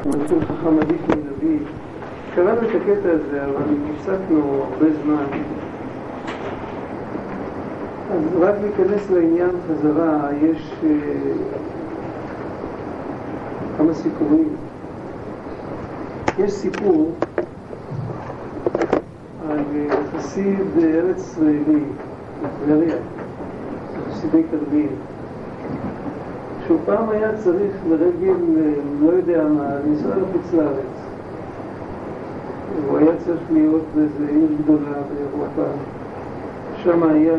מצאו חכם עדיף מנביא. קראנו את הקטע הזה, אבל הפסקנו הרבה זמן. אז רק להיכנס לעניין חזרה, יש כמה סיפורים. יש סיפור על חסיד ארץ ישראלי, טבריה, חסידי קרבין, שהוא פעם היה צריך לרגל, לא יודע מה, לנסוע לחוץ לארץ. הוא היה צריך להיות באיזו עיר גדולה באירופה. שם היה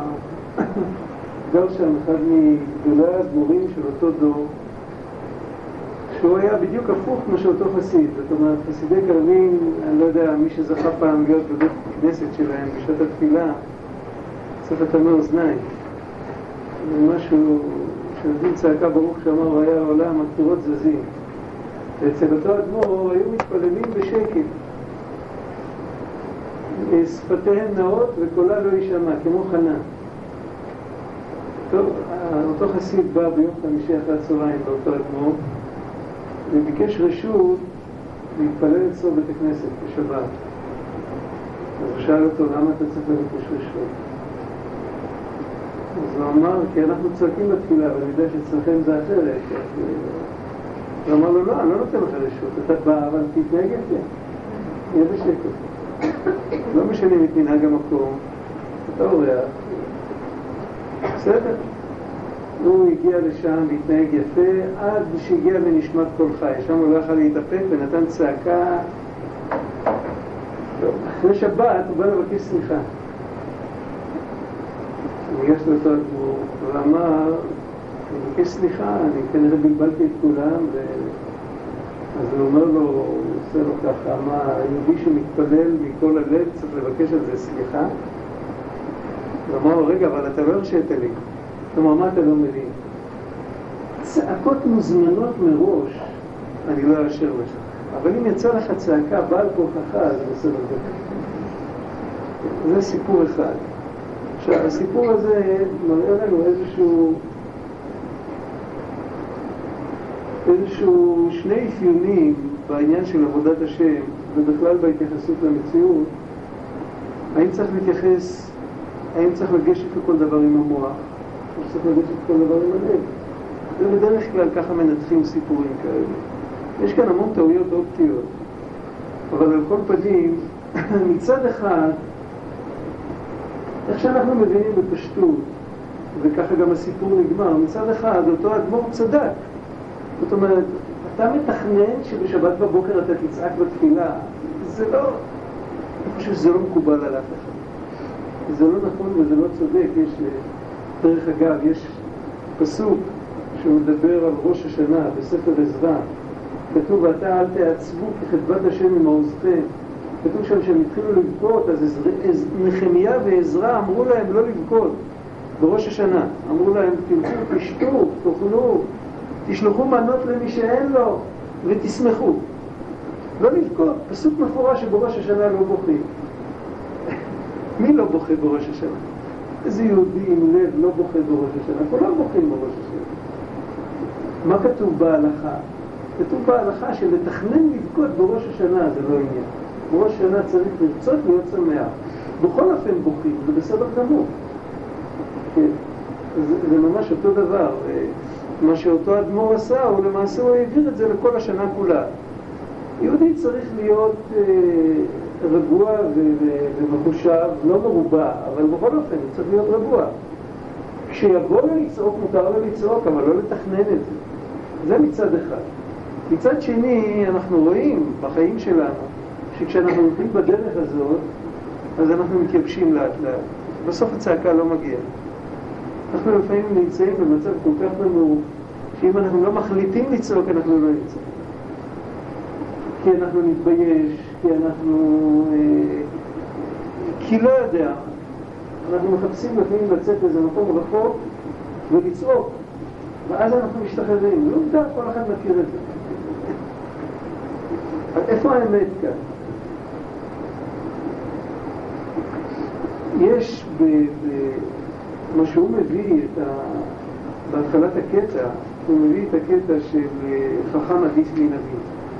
גר שם אחד מגדולי האדמו"רים של אותו דור, שהוא היה בדיוק הפוך כמו שאותו חסיד. זאת אומרת, חסידי קרבין, אני לא יודע, מי שזכה פעם להיות בבית כנסת שלהם בשעת התפילה, צריך לתמר אוזניים. זה משהו שנותנים צעקה ברוך שאמר, היה העולם, הקירות זזים. ואצל אותו אדמו"ר היו מתפללים בשקט. שפתיהם נאות וקולה לא יישמע, כמו חנה. טוב, אותו חסיד בא ביום חמישי אחרי הצהריים באותו אדמו"ר, וביקש רשות להתפלל אצלו בית הכנסת בשבת. אז הוא שאל אותו, למה אתה צריך לבקש רשות? אז הוא אמר, כי אנחנו צועקים בתפילה, ואני יודע שאצלכם זה אחרת. הוא אמר לו, לא, אני לא נותן לך רשות, אתה בא, אבל תתנהג יפה. יהיה בשקט. לא משנים את מנהג המקום, אתה אורח. בסדר. הוא הגיע לשם והתנהג יפה, עד שהגיע ונשמע כל חי. שם הוא לא יכול להתאפק ונתן צעקה. אחרי שבת הוא בא לבקש סליחה. הוא ניגש לאותו אדמו"ר ואמר, אני מבקש סליחה, אני כנראה בלבלתי את כולם. אז הוא אומר לו, הוא עושה לו ככה, מה, היהודי שמתפלל מכל הלב צריך לבקש על זה סליחה? הוא אמר לו, רגע, אבל אתה לא הרשית לי. הוא אמר, מה אתה לא מבין? צעקות מוזמנות מראש, אני לא אאשר לך. אבל אם יצא לך צעקה בעל כוחך, אז בסדר זה. זה סיפור אחד. עכשיו, הסיפור הזה מראה לנו איזשהו שני אפיונים בעניין של עבודת השם, ובכלל בהתייחסות למציאות. האם צריך להתייחס, האם צריך לגשת לכל דבר עם המוח, או צריך לגשת לכל דבר עם הלב? ובדרך כלל ככה מנתחים סיפורים כאלה. יש כאן המון טעויות אופטיות, אבל על כל פנים, מצד אחד, איך שאנחנו מבינים בפשטות, וככה גם הסיפור נגמר, מצד אחד, אותו אדמו"ר צדק. זאת אומרת, אתה מתכנן שבשבת בבוקר אתה תצעק בתפילה. זה לא, אני חושב שזה לא מקובל על אף אחד. זה לא נכון וזה לא צודק. יש, דרך אגב, יש פסוק שמדבר על ראש השנה בספר עזרא. כתוב, ואתה אל תעצבו כחדבת השם ממעוזכם. כתוב שם שהם התחילו לבכות, אז נחמיה ועזרא אמרו להם לא לבכות בראש השנה. אמרו להם, תלכו, תשתו, תאכלו, תשלחו מנות למי שאין לו ותשמחו. לא לבכות, פסוק מפורש שבראש השנה לא בוכים. מי לא בוכה בראש השנה? איזה יהודי עם לב לא בוכה בראש השנה? כולם בוכים בראש השנה. מה כתוב בהלכה? כתוב בהלכה שלתכנן לבכות בראש השנה זה לא עניין. בראש השנה צריך לרצות להיות שמח. בכל אופן בוכים, זה בסדר גמור. כן. זה ממש אותו דבר. מה שאותו אדמו"ר עשה, הוא למעשה הוא העביר את זה לכל השנה כולה. יהודי צריך להיות רגוע ומחושב, לא מרובע, אבל בכל אופן הוא צריך להיות רגוע. כשיבוא לו לצעוק, מותר לו לצעוק, אבל לא לתכנן את זה. זה מצד אחד. מצד שני, אנחנו רואים בחיים שלנו, שכשאנחנו הולכים בדרך הזאת, אז אנחנו מתייבשים לאט לאט. בסוף הצעקה לא מגיעה. אנחנו לפעמים נמצאים במצב כל כך נמוך, שאם אנחנו לא מחליטים לצעוק, אנחנו לא נצעוק. כי אנחנו נתבייש, כי אנחנו... כי לא יודע. אנחנו מחפשים לפעמים לצאת איזה מקום רחוק ולצעוק, ואז אנחנו משתחררים. לא יודע, כל אחד מכיר את זה. איפה האמת כאן? יש מה שהוא מביא בהתחלת הקטע, הוא מביא את הקטע של חכם עדיף מנביא.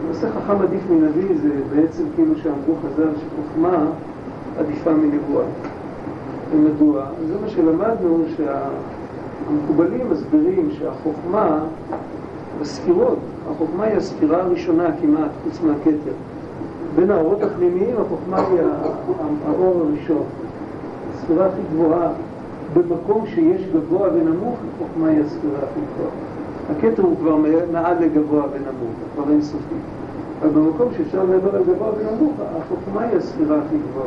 נושא חכם עדיף מנביא זה בעצם כאילו שאמרו חז"ל שחוכמה עדיפה מנבואה. ומדוע? זה מה שלמדנו, שהמקובלים מסבירים שהחוכמה בספירות, החוכמה היא הספירה הראשונה כמעט, חוץ מהכתר. בין האורות הפנימיים החוכמה היא האור הראשון. הספירה הכי גבוהה, במקום שיש גבוה ונמוך, החוכמה היא הספירה הכי גבוהה. הכתר הוא כבר מעל לגבוה ונמוך, כבר אין סופי. אבל במקום שאפשר לדבר על גבוה ונמוך, החוכמה היא הספירה הכי גבוהה.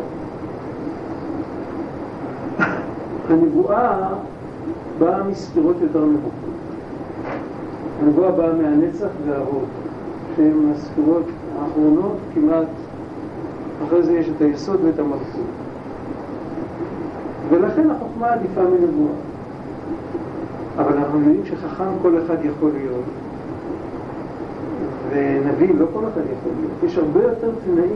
הנבואה באה מספירות יותר נמוכות. הנבואה באה מהנצח וההוד, שהן הספירות האחרונות כמעט, אחרי זה יש את היסוד ואת המלכות. ולכן החוכמה עדיפה מנבואה. אבל אנחנו יודעים שחכם כל אחד יכול להיות, ונביא לא כל אחד יכול להיות. יש הרבה יותר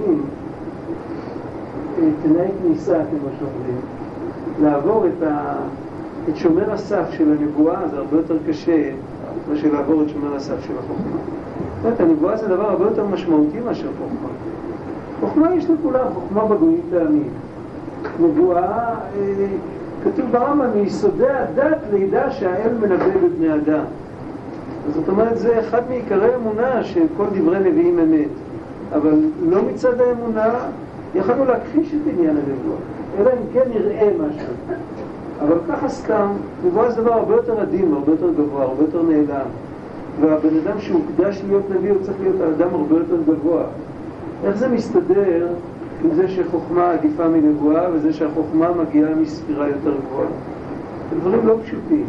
תנאי כניסה, כמו שאומרים. לעבור את שומר הסף של הנבואה זה הרבה יותר קשה מאשר לעבור את שומר הסף של החוכמה. זאת אומרת, הנבואה זה דבר הרבה יותר משמעותי מאשר חוכמה. חוכמה יש לכולם, חוכמה בגויים תאמין. נבואה, כתוב ברמב"ם, מיסודי הדת לידע שהאל מנבא בבני אדם. זאת אומרת, זה אחד מעיקרי אמונה שכל דברי נביאים אמת. אבל לא מצד האמונה יכולנו להכחיש את עניין הנבואה. אלא אם כן נראה משהו. אבל ככה סתם, נבואה זה דבר הרבה יותר עדין, הרבה יותר גבוה, הרבה יותר נעלם. והבן אדם שהוקדש להיות נביא, הוא צריך להיות האדם הרבה יותר גבוה. איך זה מסתדר עם זה שחוכמה עדיפה מנבואה, וזה שהחוכמה מגיעה מספירה יותר גבוהה? דברים לא פשוטים.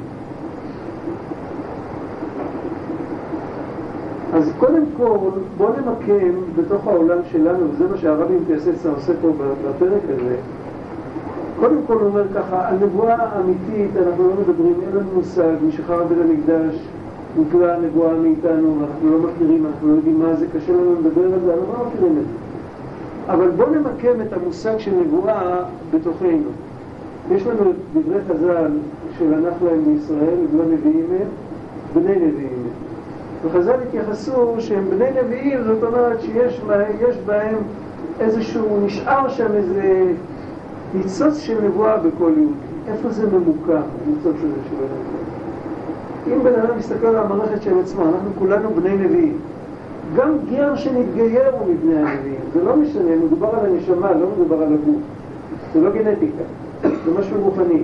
אז קודם כל, בוא נמקם בתוך העולם שלנו, וזה מה שהרבי מתייסס עושה פה בפרק הזה. קודם כל הוא אומר ככה, על נבואה אמיתית אנחנו לא מדברים, אין לנו מושג, משחרר בית המקדש נקרא נבואה מאיתנו, ואנחנו לא מכירים, אנחנו לא יודעים מה זה, קשה לנו לדבר על זה, אנחנו לא מכירים את זה. אבל בוא נמקם את המושג של נבואה בתוכנו. יש לנו את דברי חז"ל שלנח להם בישראל, לא נביאים הם, בני נביאים הם. וחז"ל התייחסו שהם בני נביאים, זאת אומרת שיש בהם איזשהו, נשאר שם איזה ניצוץ של נבואה בכל יהודי. איפה זה ממוקם, הניצוץ הזה של הנבואה? אם בן אדם מסתכל על המערכת של עצמו, אנחנו כולנו בני נביאים. גם גר שנתגייר הוא מבני הנביאים. זה לא משנה, מדובר על הנשמה, לא מדובר על הגוף. זה לא גנטיקה, זה משהו רוחני.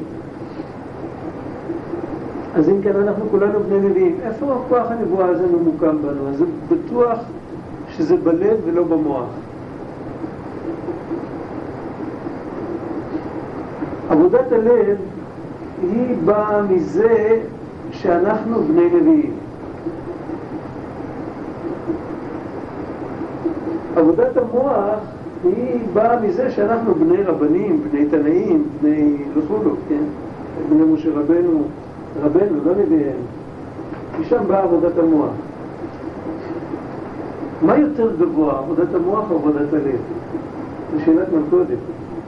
אז אם כן, אנחנו כולנו בני נביאים. איפה הכוח הנבואה הזה ממוקם בנו? אז זה בטוח שזה בלב ולא במוח. עבודת הלב היא באה מזה שאנחנו בני נביאים. עבודת המוח היא באה מזה שאנחנו בני רבנים, בני תנאים, בני לחולו, כן? בני משה רבנו, לא נביאים. משם באה עבודת המוח. מה יותר גבוה, עבודת המוח או עבודת הלב? זו שאלת מלכודת.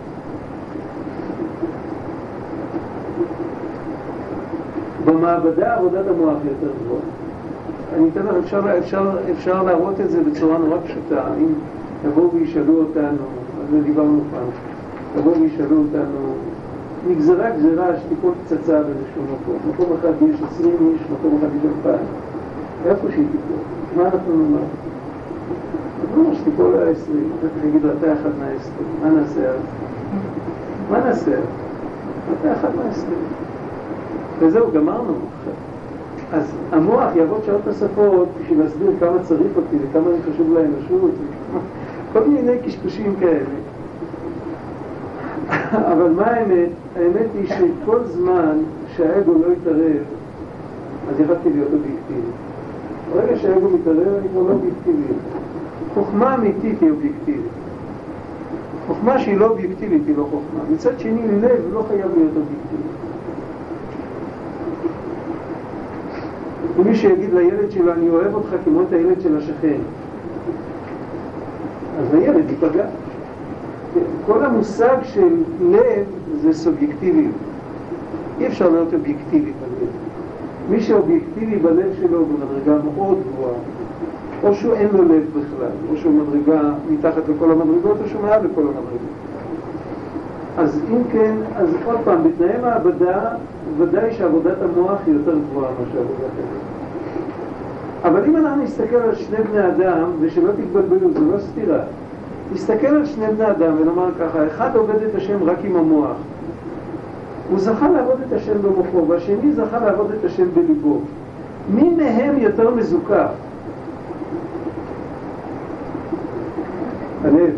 במעבדה עבודת המוח יותר גבוהה. אני אתן לך, אפשר להראות את זה בצורה נורא פשוטה. אם יבואו וישאלו אותנו, אז זה דיברנו פעם, יבואו וישאלו אותנו, נגזרה גזרה שתיפול פצצה באיזשהו מקום. מקום אחד יש 20 איש, מקום אחד יש 2,000. איפה שהיא תיפול? מה אנחנו נאמר? לא, שתיפול ה-20, אחר יגידו, אתה אחד מה-20. מה נעשה אז? מה נעשה אז? אתה אחד מה-20. וזהו, גמרנו. אז המוח יעבוד שעות נוספות בשביל להסביר כמה צריך אותי וכמה אני חשוב לאנושות, כל מיני קשקושים כאלה. אבל מה האמת? האמת היא שכל זמן שהאגו לא יתערב, אז יכולתי להיות אובייקטיבי. ברגע שהאגו מתערב, אני כבר לא אובייקטיבי. חוכמה אמיתית היא אובייקטיבית. חוכמה שהיא לא אובייקטיבית היא לא חוכמה. מצד שני, לב לא חייב להיות אובייקטיבי. ומי שיגיד לילד שלו, אני אוהב אותך כמו את הילד של השכן, אז הילד ייפגע. כל המושג של לב זה סובייקטיביות. אי אפשר להיות אובייקטיבי בלב. מי שאובייקטיבי בלב שלו במדרגה מאוד גבוהה, או שהוא אין לו לב בכלל, או שהוא מדרגה מתחת לכל המדרגות, או שהוא מעל לכל המדרגות. אז אם כן, אז עוד פעם, בתנאי מעבדה, ודאי שעבודת המוח היא יותר גבוהה מאשר עבודת הלב. אבל אם אנחנו נסתכל על שני בני אדם, ושלא תתבלבלו, זה לא סתירה, נסתכל על שני בני אדם ונאמר ככה, אחד עובד את השם רק עם המוח. הוא זכה לעבוד את השם במוחו, והשני זכה לעבוד את השם בליבו. מי מהם יותר מזוכח? הלב.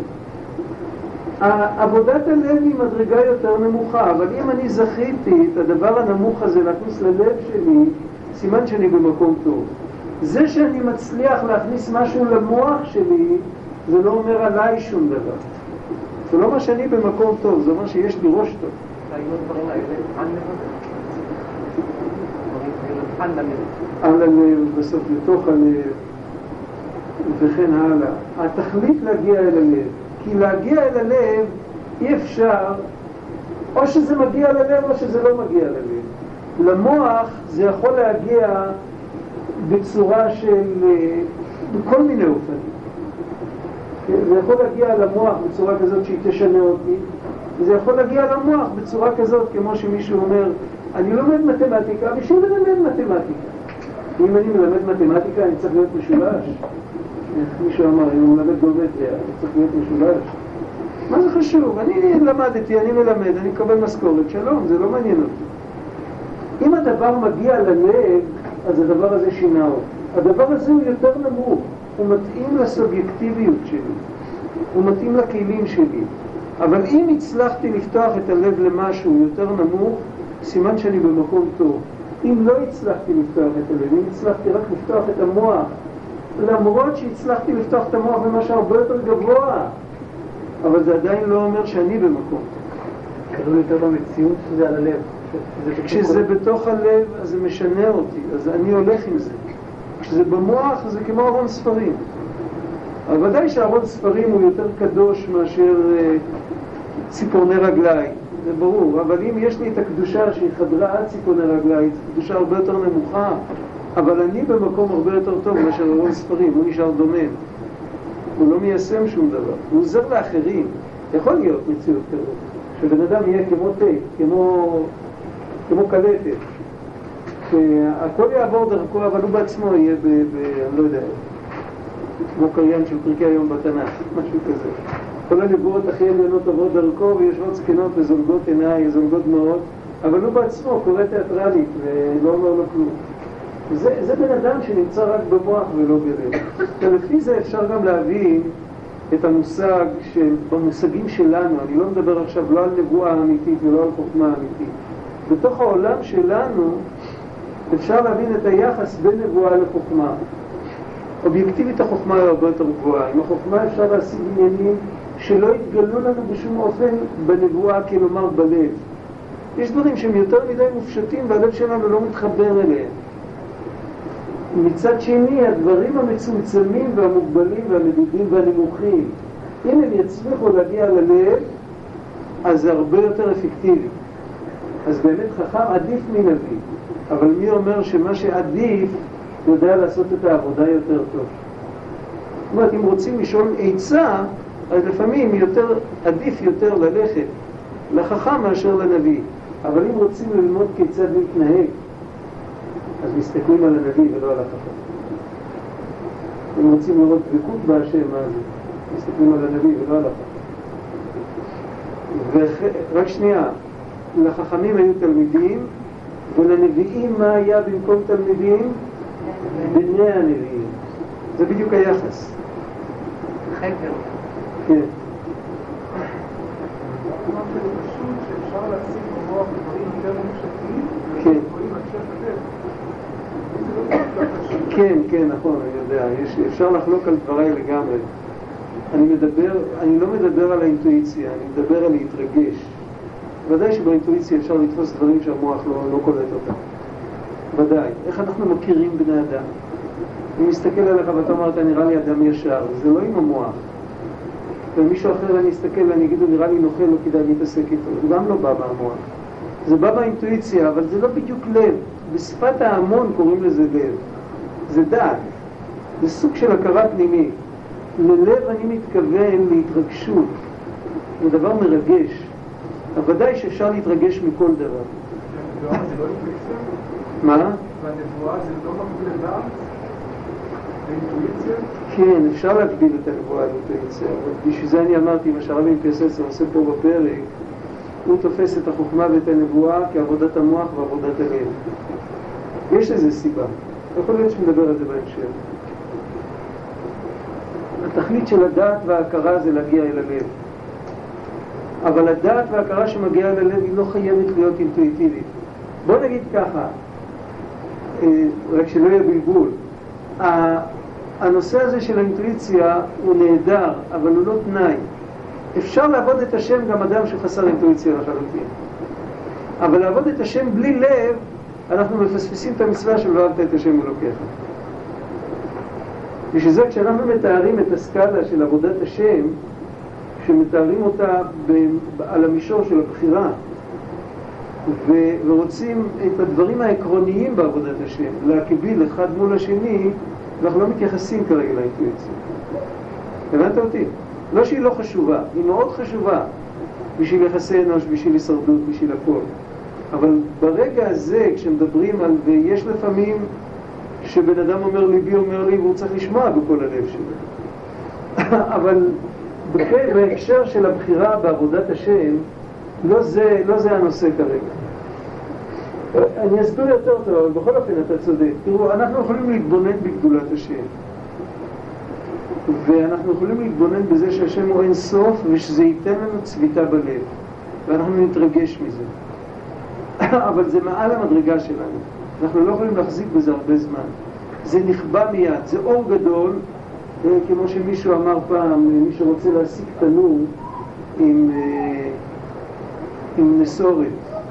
עבודת הלב היא מדרגה יותר נמוכה, אבל אם אני זכיתי את הדבר הנמוך הזה להכניס ללב שלי, סימן שאני במקום טוב. זה שאני מצליח להכניס משהו למוח שלי, זה לא אומר עליי שום דבר. זה לא מה שאני במקום טוב, זה אומר שיש לי ראש טוב. על הלב, בסוף לתוך הלב, וכן הלאה. התכלית להגיע אל הלב. כי להגיע אל הלב אי אפשר, או שזה מגיע ללב או שזה לא מגיע ללב. למוח זה יכול להגיע בצורה של, בכל מיני אופנים. זה יכול להגיע למוח בצורה כזאת שהיא תשנה אותי, וזה יכול להגיע למוח בצורה כזאת כמו שמישהו אומר, אני לומד מתמטיקה בשביל ללמד מתמטיקה. אם אני מלמד מתמטיקה אני צריך להיות משולש. מישהו אמר, אם הוא מלמד גיאומטריה, אני צריך להיות משולש. מה זה חשוב? אני למדתי, אני מלמד, אני מקבל משכורת, שלום, זה לא מעניין אותי. אם הדבר מגיע ללב, אז הדבר הזה שינה אותי. הדבר הזה הוא יותר נמוך, הוא מתאים לסובייקטיביות שלי, הוא מתאים לכלים שלי. אבל אם הצלחתי לפתוח את הלב למשהו יותר נמוך, סימן שאני במקום טוב. אם לא הצלחתי לפתוח את הלב, אם הצלחתי רק לפתוח את המוח, למרות שהצלחתי לפתוח את המוח במשהו הרבה יותר גבוה, אבל זה עדיין לא אומר שאני במקום. קראו יותר במציאות שזה על הלב. כשזה בתוך הלב, אז זה משנה אותי, אז אני הולך עם זה. כשזה במוח, זה כמו ארון ספרים. אבל ודאי שארון ספרים הוא יותר קדוש מאשר ציפורני רגליי, זה ברור. אבל אם יש לי את הקדושה שהיא חדרה עד ציפורני רגליי, זו קדושה הרבה יותר נמוכה, אבל אני במקום הרבה יותר טוב מאשר ארון ספרים, הוא נשאר דומם. הוא לא מיישם שום דבר, הוא עוזר לאחרים. יכול להיות מציאות כזאת, שבן אדם יהיה כמו תה, כמו קלטת, שהכל יעבור דרכו, אבל הוא בעצמו יהיה אני לא יודע, כמו קריין של פרקי היום בתנ"ך, משהו כזה. כל הנבואות הכי עליונות עברו דרכו, ויושבות זקנות וזולגות עיניי, זולגות מאוד, אבל הוא בעצמו קורא תיאטרלית ולא אומר לו כלום. זה בן אדם שנמצא רק במוח ולא בלב. ולפי זה אפשר גם להבין את המושג במושגים שלנו. אני לא מדבר עכשיו לא על נבואה אמיתית ולא על חוכמה אמיתית. בתוך העולם שלנו אפשר להבין את היחס בין נבואה לחוכמה. אובייקטיבית החוכמה היא הרבה יותר גבוהה. עם החוכמה אפשר להשיג עניינים שלא יתגלו לנו בשום אופן בנבואה, כלומר בלב. יש דברים שהם יותר מדי מופשטים והלב שלנו לא מתחבר אליהם. מצד שני, הדברים המצומצמים והמוגבלים והמדידים והנמוכים, אם הם יצליחו להגיע ללב, אז זה הרבה יותר אפקטיבי. אז באמת חכם עדיף מנביא, אבל מי אומר שמה שעדיף יודע לעשות את העבודה יותר טוב? זאת אומרת, אם רוצים לשאול עצה, אז לפעמים עדיף יותר ללכת לחכם מאשר לנביא. אבל אם רוצים ללמוד כיצד להתנהג, אז מסתכלים על הנביא ולא על החכם. אם רוצים לראות דבקות בהשם, אז מסתכלים על הנביא ולא על החכם. רק שנייה, לחכמים היו תלמידים, ולנביאים מה היה במקום תלמידים? בני הנביאים. זה בדיוק היחס. חקר. כן. כלומר שזה פשוט שאפשר להציג במוח דברים יותר מופשטים, כן. כן, כן, נכון, אני יודע. אפשר לחלוק על דבריי לגמרי. אני לא מדבר על האינטואיציה, אני מדבר על להתרגש. ודאי שבאינטואיציה אפשר לתפוס דברים שהמוח לא קולט אותם. ודאי. איך אנחנו מכירים בני אדם? אני מסתכל עליך ואתה אומר, אתה נראה לי אדם ישר. זה לא עם המוח. ומישהו אחר אני אסתכל ואני אגיד, נראה לי נוכל, לא כדאי להתעסק איתו. זה גם לא בא מהמוח. זה בא באינטואיציה, אבל זה לא בדיוק לב. בשפת ההמון קוראים לזה לב. זה דעת. זה סוג של הכרה פנימית. ללב אני מתכוון להתרגשות, זה דבר מרגש. אבל ודאי שאפשר להתרגש מכל דבר. זה לא אינטואיציה? מה? והנבואה זה לא מקביל לדעת? לאינטואיציה? כן, אפשר להקביל את הנבואה לאינטואיציה, אבל בשביל זה אני אמרתי, מה שהרבי פייססר עושה פה בפרק, הוא תופס את החוכמה ואת הנבואה כעבודת המוח ועבודת הלב. יש לזה סיבה, יכול להיות שנדבר על זה בהמשך. התכלית של הדעת וההכרה זה להגיע אל הלב. אבל הדעת וההכרה שמגיעה אל הלב היא לא חייבת להיות אינטואיטיבית. בוא נגיד ככה, רק שלא יהיה בלבול. הנושא הזה של האינטואיציה הוא נהדר, אבל הוא לא תנאי. אפשר לעבוד את השם גם אדם שחסר אינטואיציה לחלוטין. אבל לעבוד את השם בלי לב, אנחנו מפספסים את המצווה של ואהבת את השם אלוקיך. בשביל זה כשאנחנו מתארים את הסקאלה של עבודת השם, כשמתארים אותה על המישור של הבחירה, ורוצים את הדברים העקרוניים בעבודת השם, להקביל אחד מול השני, אנחנו לא מתייחסים כרגע לאינטואיציה. הבנת אותי? לא שהיא לא חשובה, היא מאוד חשובה בשביל יחסי אנוש, בשביל הישרדות, בשביל הכל. אבל ברגע הזה, כשמדברים על, ויש לפעמים שבן אדם אומר ליבי אומר לי, והוא צריך לשמוע בכל הלב שלו. אבל בהקשר של הבחירה בעבודת השם, לא זה הנושא כרגע. אני אסביר יותר טוב, אבל בכל אופן אתה צודק. תראו, אנחנו יכולים להתבונן בגדולת השם. ואנחנו יכולים להתבונן בזה שהשם הוא אין סוף, ושזה ייתן לנו צביטה בלב. ואנחנו נתרגש מזה. אבל זה מעל המדרגה שלנו. אנחנו לא יכולים להחזיק בזה הרבה זמן. זה נכבה מיד, זה אור גדול, כמו שמישהו אמר פעם, מי שרוצה להשיג תנור עם נסורת,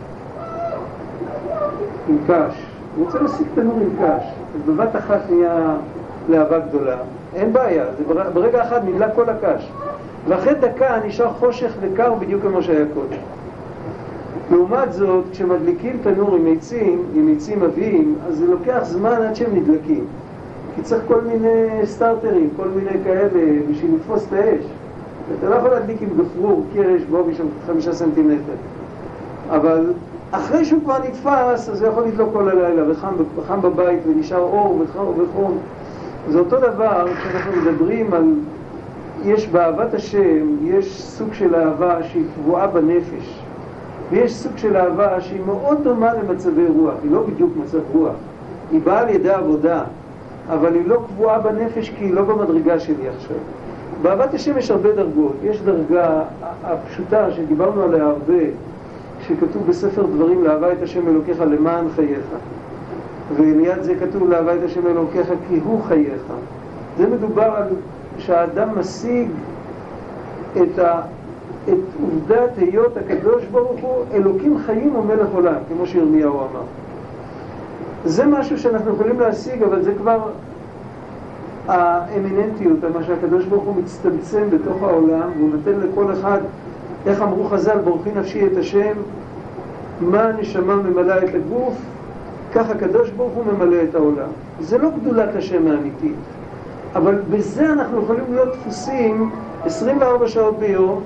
עם קש. הוא רוצה להשיג תנור עם קש, אז בבת אחת נהיה להבה גדולה. אין בעיה, ברגע אחד נדלק כל הקש. ואחרי דקה נשאר חושך וקר בדיוק כמו שהיה קודם. לעומת זאת, כשמדליקים תנור עם עצים אביים, אז זה לוקח זמן עד שהם נדלקים. כי צריך כל מיני סטארטרים, כל מיני כאלה, בשביל לתפוס את האש. אתה לא יכול להדליק עם גפרור, קרש, בובי של 5 סנטימטר. אבל אחרי שהוא כבר נתפס, אז הוא יכול לדלוק כל הלילה, וחם בבית, ונשאר אור וחום. זה אותו דבר כשאנחנו מדברים על, יש באהבת השם, יש סוג של אהבה שהיא קבועה בנפש. ויש סוג של אהבה שהיא מאוד דומה למצבי רוח, היא לא בדיוק מצב רוח. היא באה על ידי עבודה, אבל היא לא קבועה בנפש כי היא לא במדרגה שלי עכשיו. באהבת השם יש הרבה דרגות. יש דרגה הפשוטה שדיברנו עליה הרבה, שכתוב בספר דברים, לאהבה את השם אלוקיך למען חייך. וליד זה כתוב לאהבה את השם אלוקיך כי הוא חייך. זה מדובר על שהאדם משיג את עובדת היות הקדוש ברוך הוא אלוקים חיים ומלך עולם, כמו שירמיהו אמר. זה משהו שאנחנו יכולים להשיג, אבל זה כבר האמיננטיות, מה שהקדוש ברוך הוא מצטמצם בתוך העולם, והוא נותן לכל אחד, איך אמרו חז"ל, בורכי נפשי את השם, מה הנשמה ממלא את הגוף, כך הקדוש ברוך הוא ממלא את העולם. זה לא גדולת השם האמיתית, אבל בזה אנחנו יכולים להיות דפוסים 24 שעות ביום,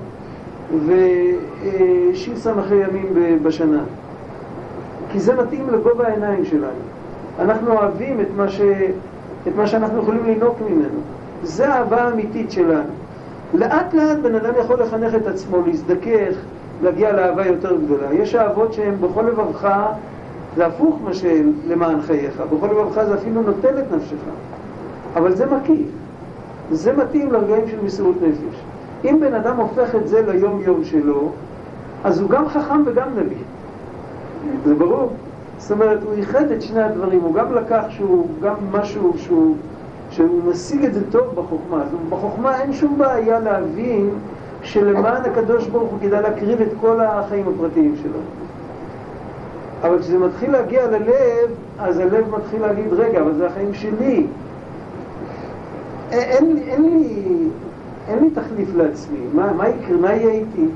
ושיל סמכי ימים בשנה. כי זה מתאים לגובה העיניים שלנו. אנחנו אוהבים את מה שאנחנו יכולים לינוק ממנו. זה האהבה האמיתית שלנו. לאט לאט בן אדם יכול לחנך את עצמו, להזדכך, להגיע לאהבה יותר גדולה. יש אהבות שהן בכל לבבך, זה הפוך מה שלמען חייך. בכל לבבך זה אפילו נוטל את נפשך. אבל זה מקיף. זה מתאים לרגעים של מסירות נפש. אם בן אדם הופך את זה ליום יום שלו, אז הוא גם חכם וגם נביא. זה ברור. זאת אומרת, הוא ייחד את שני הדברים. הוא גם לקח שהוא גם משהו שהוא משיג את זה טוב בחוכמה. אז בחוכמה אין שום בעיה להבין שלמען הקדוש ברוך הוא כדאי להקריב את כל החיים הפרטיים שלו. אבל כשזה מתחיל להגיע ללב, אז הלב מתחיל להגיד, רגע, אבל זה החיים שלי. אין לי תחליף לעצמי. מה יקרה? מה יהיה איתי?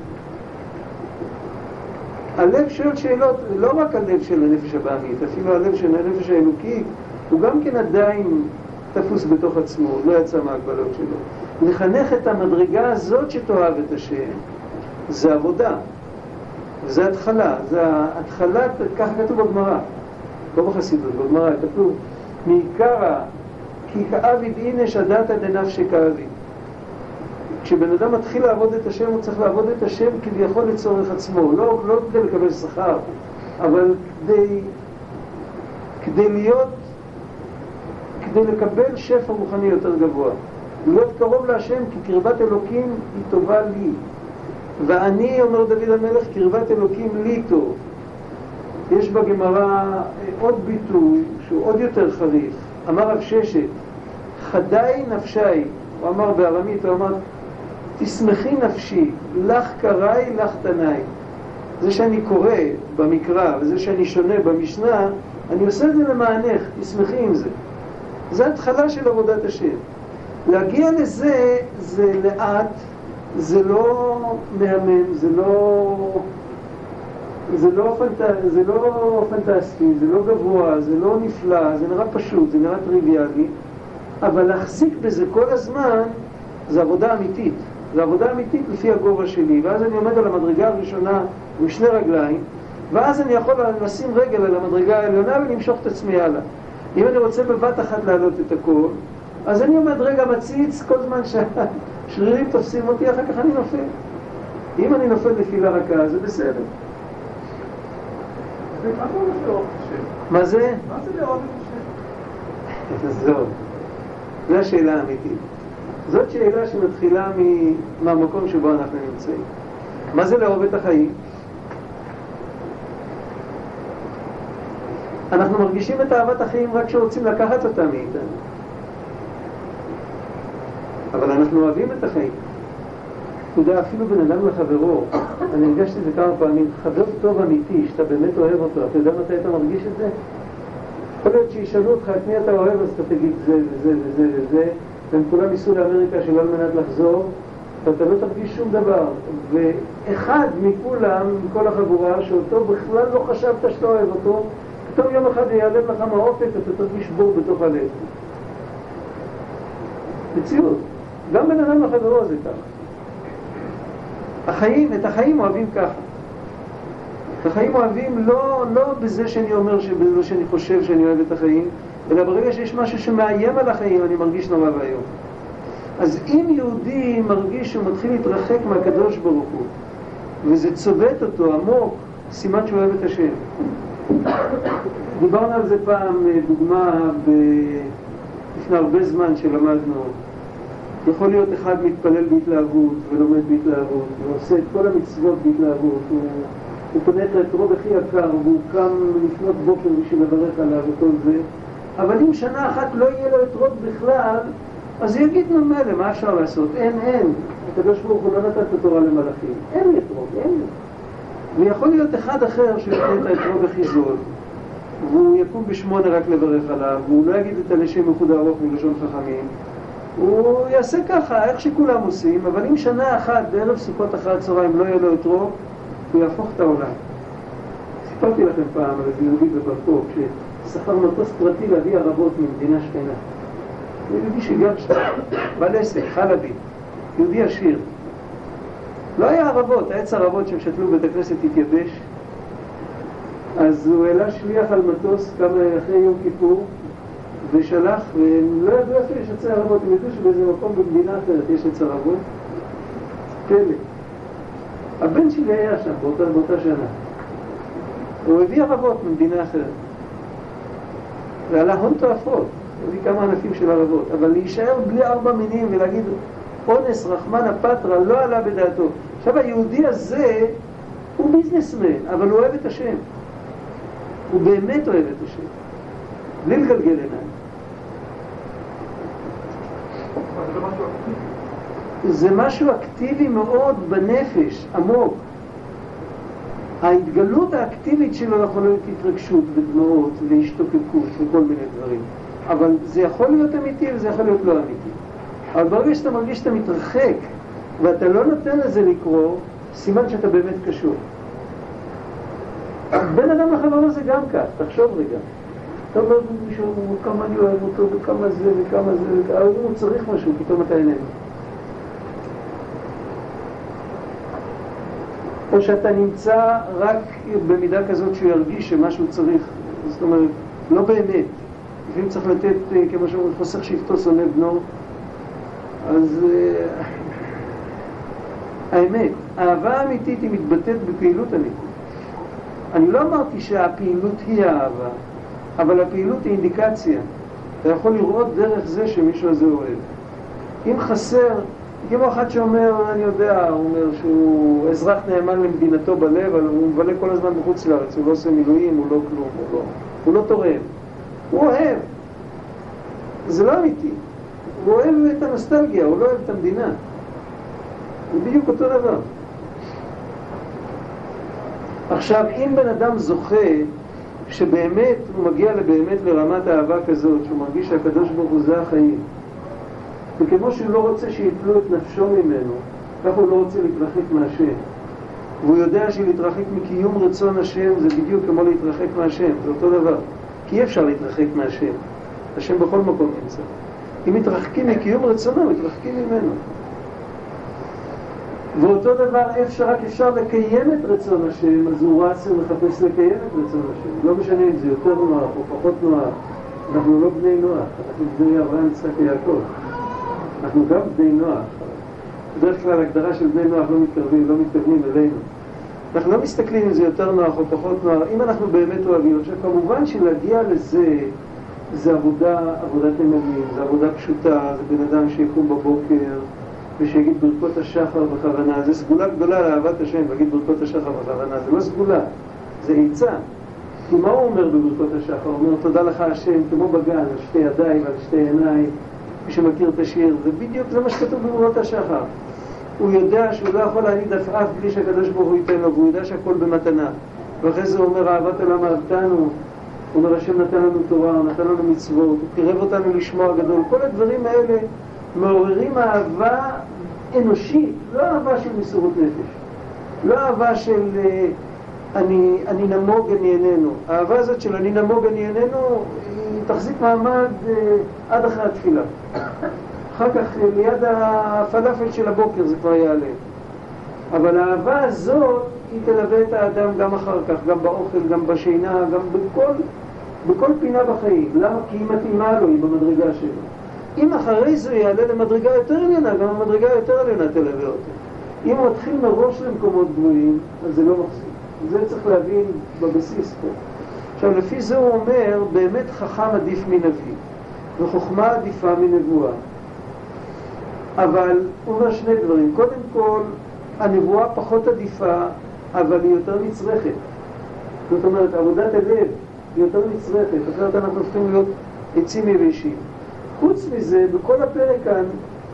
הלב שואל שאלות, לא רק הלב של הנפש הבאמית, אפילו הלב של הנפש האלוקית, הוא גם כן עדיין תפוס בתוך עצמו, לא יצא מהגבלות שלו. לחנך את המדרגה הזאת שתאהב את השם, זה עבודה. וזה התחלה, זה ההתחלה, ככה כתוב בגמרא. לא בחסידות, בגמרא, כתוב, מעיקרא, כי כאביד הנה שדתא דנפשי כאביד. כשבן אדם מתחיל לעבוד את השם, הוא צריך לעבוד את השם כביכול לצורך עצמו, לא כדי לקבל שכר, אבל כדי לקבל שפע רוחני יותר גבוה. להיות קרוב להשם, כי קרבת אלוקים היא טובה לי. ואני, אומר דוד המלך, קרבת אלוקים לי טוב. יש בגמרא עוד ביטוי שהוא עוד יותר חריף. אמר רב ששת, חדי נפשי, הוא אמר בארמית, הוא אמר, תשמחי נפשי, לך קראי, לך תנאי. זה שאני קורא במקרא וזה שאני שונה במשנה, אני עושה את זה למענך, תשמחי עם זה. זה התחלה של עבודת השם. להגיע לזה זה לאט, זה לא מהמם, זה לא פנטסטי, זה לא גבוה, זה לא נפלא, זה נראה פשוט, זה נראה טריוויאלי, אבל להחזיק בזה כל הזמן זה עבודה אמיתית. זה עבודה אמיתית לפי הגובה שלי, ואז אני עומד על המדרגה הראשונה עם שני רגליים, ואז אני יכול לשים רגל על המדרגה העליונה ולמשוך את עצמי הלאה. אם אני רוצה בבת אחת להעלות את הכל, אז אני עומד רגע מציץ כל זמן שהשרירים תופסים אותי, אחר כך אני נופל. אם אני נופל נפילה רכה, זה בסדר. מה זה? מה זה לאהוב את השם? זו השאלה האמיתית. זאת שאלה שמתחילה מהמקום שבו אנחנו נמצאים. מה זה לאהוב את החיים? אנחנו מרגישים את אהבת החיים רק כשרוצים לקחת אותה מאיתנו. אבל אנחנו אוהבים את החיים. אתה יודע, אפילו בן אדם לחברו, אני הרגשתי את זה כמה פעמים, חבר טוב אמיתי, שאתה באמת אוהב אותו, אתה יודע מתי אתה מרגיש את זה? יכול להיות שישאלו אותך את מי אתה אוהב, אז אתה תגיד זה וזה וזה וזה, והם כולם ייסעו לאמריקה שלא על מנת לחזור, ואתה לא תרגיש שום דבר. ואחד מכולם, מכל החבורה, שאותו בכלל לא חשבת שאתה אוהב אותו, פתאום יום אחד ייעלם לך מהאופק, אתה תרגיש בור בתוך הלב. מציאות. גם בן אדם לחברו זה ככה. את החיים אוהבים ככה. את החיים אוהבים לא בזה שאני אומר, בזה שאני חושב שאני אוהב את החיים, אלא ברגע שיש משהו שמאיים על החיים, אני מרגיש נורא והיום. אז אם יהודי מרגיש שהוא מתחיל להתרחק מהקדוש ברוך הוא, וזה צובט אותו עמוק, סימן שהוא אוהב את השם. דיברנו על זה פעם, דוגמה לפני הרבה זמן שלמדנו. יכול להיות אחד מתפלל בהתלהבות ולומד בהתלהבות, ועושה את כל המצוות בהתלהבות, הוא פונה את האתרוג הכי יקר, והוא קם לפנות בוקר בשביל לברך עליו וכל זה, אבל אם שנה אחת לא יהיה לו אתרוג בכלל, אז יגיד נו מלא, מה אפשר לעשות? אין. הקדוש ברוך הוא לא נתן את התורה למלאכים. אין לי אתרוג, אין לי. ויכול להיות אחד אחר שיהיה את האתרוג הכי זול, והוא יקום ב8 רק לברך עליו, והוא לא יגיד את הלשם ייחוד הארוך מלשון חכמים, הוא יעשה ככה, איך שכולם עושים, אבל אם שנה אחת, בערב סוכות אחרי הצהריים לא יהיה לו אתרוג, הוא יהפוך את העולם. סיפרתי לכם פעם על איזה יהודי בברקוק, ששכר מטוס פרטי להביא ערבות ממדינה שכנה. הוא יהודי שגר שם, בעל עסק, חלבי, יהודי עשיר. לא היה ערבות, העץ ערבות שהם שתלו בית הכנסת התייבש. אז הוא העלה שליח על מטוס כמה אחרי יום כיפור, ושלח, והם לא ידעו איפה יש עצי ערבות, הם ידעו שבאיזה מקום במדינה אחרת יש עצי ערבות. פלא. הבן שלי היה שם באותה שנה. הוא הביא ערבות ממדינה אחרת. ועלה הון תועפות, הביא כמה ענפים של ערבות, אבל להישאר בלי 4 מינים ולהגיד אונס רחמנה פטרה לא עלה בדעתו. עכשיו היהודי הזה הוא ביזנסמן, אבל הוא אוהב את השם. הוא באמת אוהב את השם. בלי לגלגל עיניים. זה משהו אקטיבי מאוד בנפש, עמוק. ההתגלות האקטיבית שלו יכולה להיות התרגשות ודמעות והשתוקקות וכל מיני דברים. אבל זה יכול להיות אמיתי וזה יכול להיות לא אמיתי. אבל ברגע שאתה מרגיש שאתה מתרחק ואתה לא נותן לזה לקרוא, סימן שאתה באמת קשור. בן אדם לחברו זה גם כך, תחשוב רגע. אתה אומר מישהו, כמה אני אוהב אותו, וכמה זה, וכמה זה, הוא צריך משהו, פתאום אתה איננו. או שאתה נמצא רק במידה כזאת שהוא ירגיש שמשהו צריך, זאת אומרת, לא באמת. לפעמים צריך לתת, כמו שאומרים, חוסך שבטו שונא בנו. אז האמת, האהבה האמיתית היא מתבטאת בפעילות אמיתית. אני לא אמרתי שהפעילות היא האהבה, אבל הפעילות היא אינדיקציה. אתה יכול לראות דרך זה שמישהו הזה אוהב. אם חסר, כמו אחד שאומר, אני יודע, הוא אומר שהוא אזרח נאמן למדינתו בלב, אבל הוא מבלה כל הזמן בחוץ לארץ, הוא לא עושה מילואים, הוא לא כלום, הוא לא תורם. הוא אוהב. זה לא אמיתי. הוא אוהב את הנוסטלגיה, הוא לא אוהב את המדינה. זה בדיוק אותו דבר. עכשיו, אם בן אדם זוכה שבאמת הוא מגיע באמת לרמת אהבה כזאת, שהוא מרגיש שהקדוש ברוך הוא זה החיים, וכמו שהוא לא רוצה שיתלו את נפשו ממנו, כך הוא לא רוצה להתרחק מהשם. והוא יודע שלהתרחק מקיום רצון השם זה בדיוק כמו להתרחק מהשם, זה אותו דבר. כי אי אפשר להתרחק מהשם. השם בכל מקום נמצא. אם מתרחקים מקיום רצונו, מתרחקים ממנו. ואותו דבר, רק אפשר לקיים את רצון השם, אז הוא רץ ומחפש לקיים את רצון השם. לא משנה אם זה יותר נוח או פחות נוח. אנחנו לא בני נוח, אנחנו בני אברהם, יצחק ויעקב. אנחנו גם בני נוח. בדרך כלל ההגדרה של בני נוח לא מתכוונים אלינו. אנחנו לא מסתכלים אם זה יותר נוח או פחות נוח, אם אנחנו באמת אוהבים. עכשיו, כמובן שלהגיע לזה, זה עבודת אמונים, זה עבודה פשוטה, זה בן אדם שיקום בבוקר ושיגיד ברכות השחר בכוונה. זה סגולה גדולה לאהבת השם, להגיד ברכות השחר בכוונה. זה לא סגולה, זה עיצה. כי מה הוא אומר בברכות השחר? הוא אומר, תודה לך השם, כמו בגן, על שתי ידיים ועל שתי עיניים. מי שמכיר את השיר, זה בדיוק זה מה שכתוב בברכות השחר. הוא יודע שהוא לא יכול להניד עפעף בלי שהקדוש ברוך הוא ייתן לו, והוא יודע שהכל במתנה. ואחרי זה הוא אומר, אהבת עולם אהבתנו, הוא אומר, השם נתן לנו תורה, הוא נתן לנו מצוות, הוא קירב אותנו לשמו הגדול. כל הדברים האלה מעוררים אהבה אנושית, לא אהבה של מסירות נפש. לא אהבה של אני נמוג, אני איננו. האהבה הזאת של אני נמוג, אני איננו, היא תחזיק מעמד עד אחרי התפילה. אחר כך ליד הפלאפל של הבוקר זה כבר יעלה. אבל האהבה הזאת היא תלווה את האדם גם אחר כך, גם באוכל, גם בשינה, גם בכל פינה בחיים. למה? כי היא מתאימה לו, היא במדרגה שלו. אם אחרי זה יעלה למדרגה יותר עליונה, גם המדרגה יותר עליונה תלווה אותו. אם הוא מתחיל מראש למקומות גבוהים, אז זה לא מחזיק. זה צריך להבין בבסיס פה. עכשיו, לפי זה הוא אומר, באמת חכם עדיף מנביא, וחוכמה עדיפה מנבואה. אבל הוא אומר שני דברים. קודם כל, הנבואה פחות עדיפה, אבל היא יותר נצרכת. זאת אומרת, עבודת הלב היא יותר נצרכת, אחרת אנחנו הופכים להיות עצים יבשים. חוץ מזה, בכל הפרק כאן,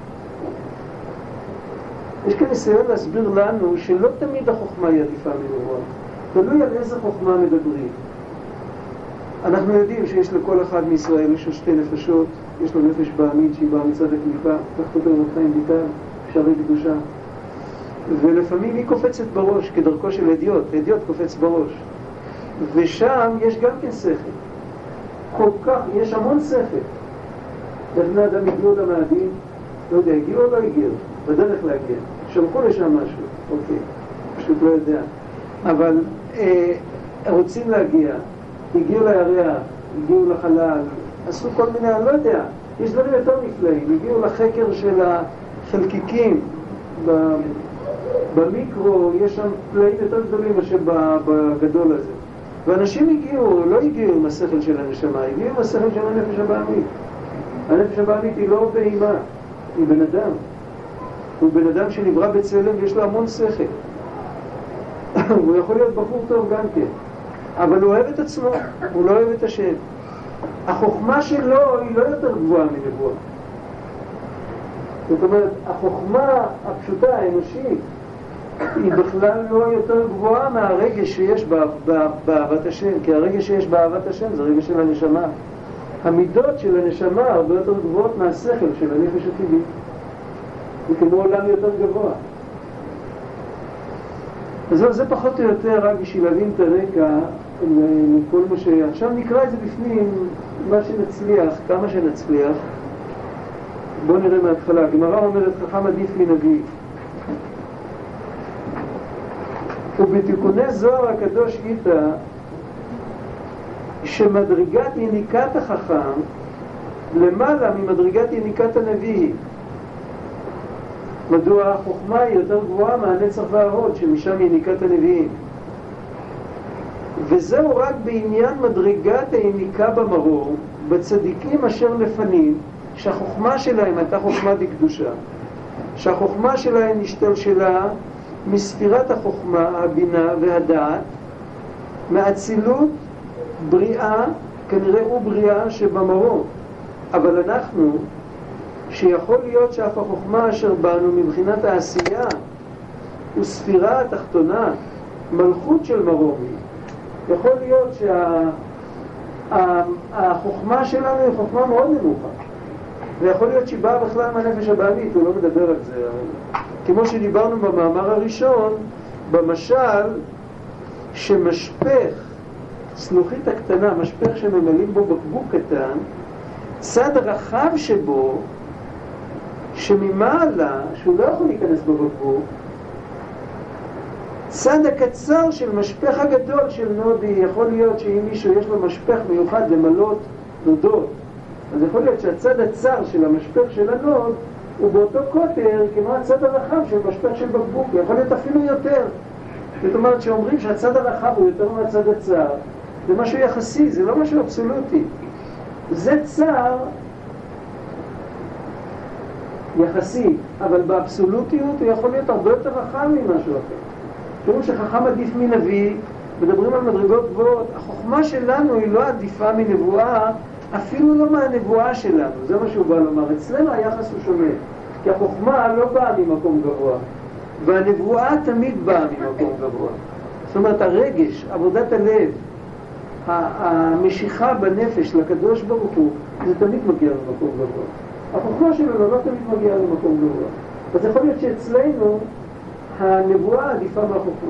יש כאן ניסיון להסביר לנו שלא תמיד החוכמה היא עדיפה מנבואה. תלוי על איזה חוכמה מדברים. אנחנו יודעים שיש לכל אחד מישראל, יש לו שתי נפשות, יש לו נפש בעמית שהיא באה מצד הקליפה, תחת אותו חיים ביטל, שערי קדושה. ולפעמים היא קופצת בראש, כדרכו של הדיוט, הדיוט קופץ בראש. ושם יש גם כן שכל. כל כך, יש המון שכל. איך בני אדם הגיעו למאדים? לא יודע, הגיעו או לא הגיעו? בדרך להגיע. שלחו לשם משהו, אוקיי, פשוט לא יודע. אבל רוצים להגיע, הגיעו לירח, הגיעו לחלל, עשו כל מיני, אני לא יודע, יש דברים יותר נפלאים, הגיעו לחקר של החלקיקים, במיקרו, יש שם פלאים יותר גדולים מאשר בגדול הזה. ואנשים הגיעו, לא הגיעו עם השכל של הנשמה, הגיעו עם השכל של הנפש הבעמית. הנפש הבעמית היא לא בהימה, היא בן אדם. הוא בן אדם שנברא בצלם ויש לו המון שכל. הוא יכול להיות בחור טוב גם כן. אבל הוא אוהב את עצמו, הוא לא אוהב את השם. החוכמה שלו היא לא יותר גבוהה מנבואה. זאת אומרת, החוכמה הפשוטה, האנושית, היא בכלל לא יותר גבוהה מהרגש שיש באהבת השם. כי הרגש שיש באהבת השם זה רגש של הנשמה. המידות של הנשמה הרבה יותר גבוהות מהשכל של הנפש הטבעי. זה כמו עולם יותר גבוה. אז זה פחות או יותר רק בשביל להבין את הרקע מכל מה עכשיו נקרא את זה בפנים, מה שנצליח, כמה שנצליח. בואו נראה מההתחלה. הגמרא אומרת, חכם עדיף מנביא. ובתיקוני זוהר הקדוש איתה, שמדרגת יניקת החכם למעלה ממדרגת יניקת הנביא. מדוע החוכמה היא יותר גבוהה מהנצח וההוד, שמשם יניקת הנביאים. וזהו רק בעניין מדרגת היניקה במרור, בצדיקים אשר לפנים, שהחוכמה שלהם הייתה חוכמה דקדושה, שהחוכמה שלהם השתלשלה מספירת החוכמה, הבינה והדעת, מאצילות בריאה, כנראה הוא בריאה שבמרור. אבל אנחנו, שיכול להיות שאף החוכמה אשר בנו מבחינת העשייה וספירה התחתונה, מלכות של מרומי, יכול להיות שהחוכמה שלנו היא חוכמה מאוד נמוכה, ויכול להיות שהיא באה בכלל מהנפש הבעלית, הוא לא מדבר על זה. כמו שדיברנו במאמר הראשון, במשל שמשפך, סלוחית הקטנה, משפך שממלאים בו בקבוק קטן, צד הרחב שבו, שממעלה, שהוא לא יכול להיכנס בבקבוק, צד הקצר של משפך הגדול של נודי, יכול להיות שאם מישהו יש לו משפך מיוחד למלות נודות, אז יכול להיות שהצד הצר של המשפך של הנוד הוא באותו קוטר כמו הצד הרחב של משפך של בקבוק, יכול להיות אפילו יותר. זאת אומרת שאומרים שהצד הרחב הוא יותר מהצד הצר, זה משהו יחסי, זה לא משהו אבסולוטי. זה צר יחסי, אבל באבסולוטיות הוא יכול להיות הרבה יותר רחב ממשהו אחר. תראו שחכם עדיף מנביא, מדברים על מדרגות גבוהות. החוכמה שלנו היא לא עדיפה מנבואה, אפילו לא מהנבואה שלנו, זה מה שהוא בא לומר. אצלנו היחס הוא שונה, כי החוכמה לא באה ממקום גבוה, והנבואה תמיד באה ממקום גבוה. זאת אומרת, הרגש, עבודת הלב, המשיכה בנפש לקדוש ברוך הוא, זה תמיד מגיע למקום גבוה. החוכמה שלנו לא תמיד מגיעה למקום גבוה. אז יכול להיות שאצלנו הנבואה עדיפה מהחוכמה.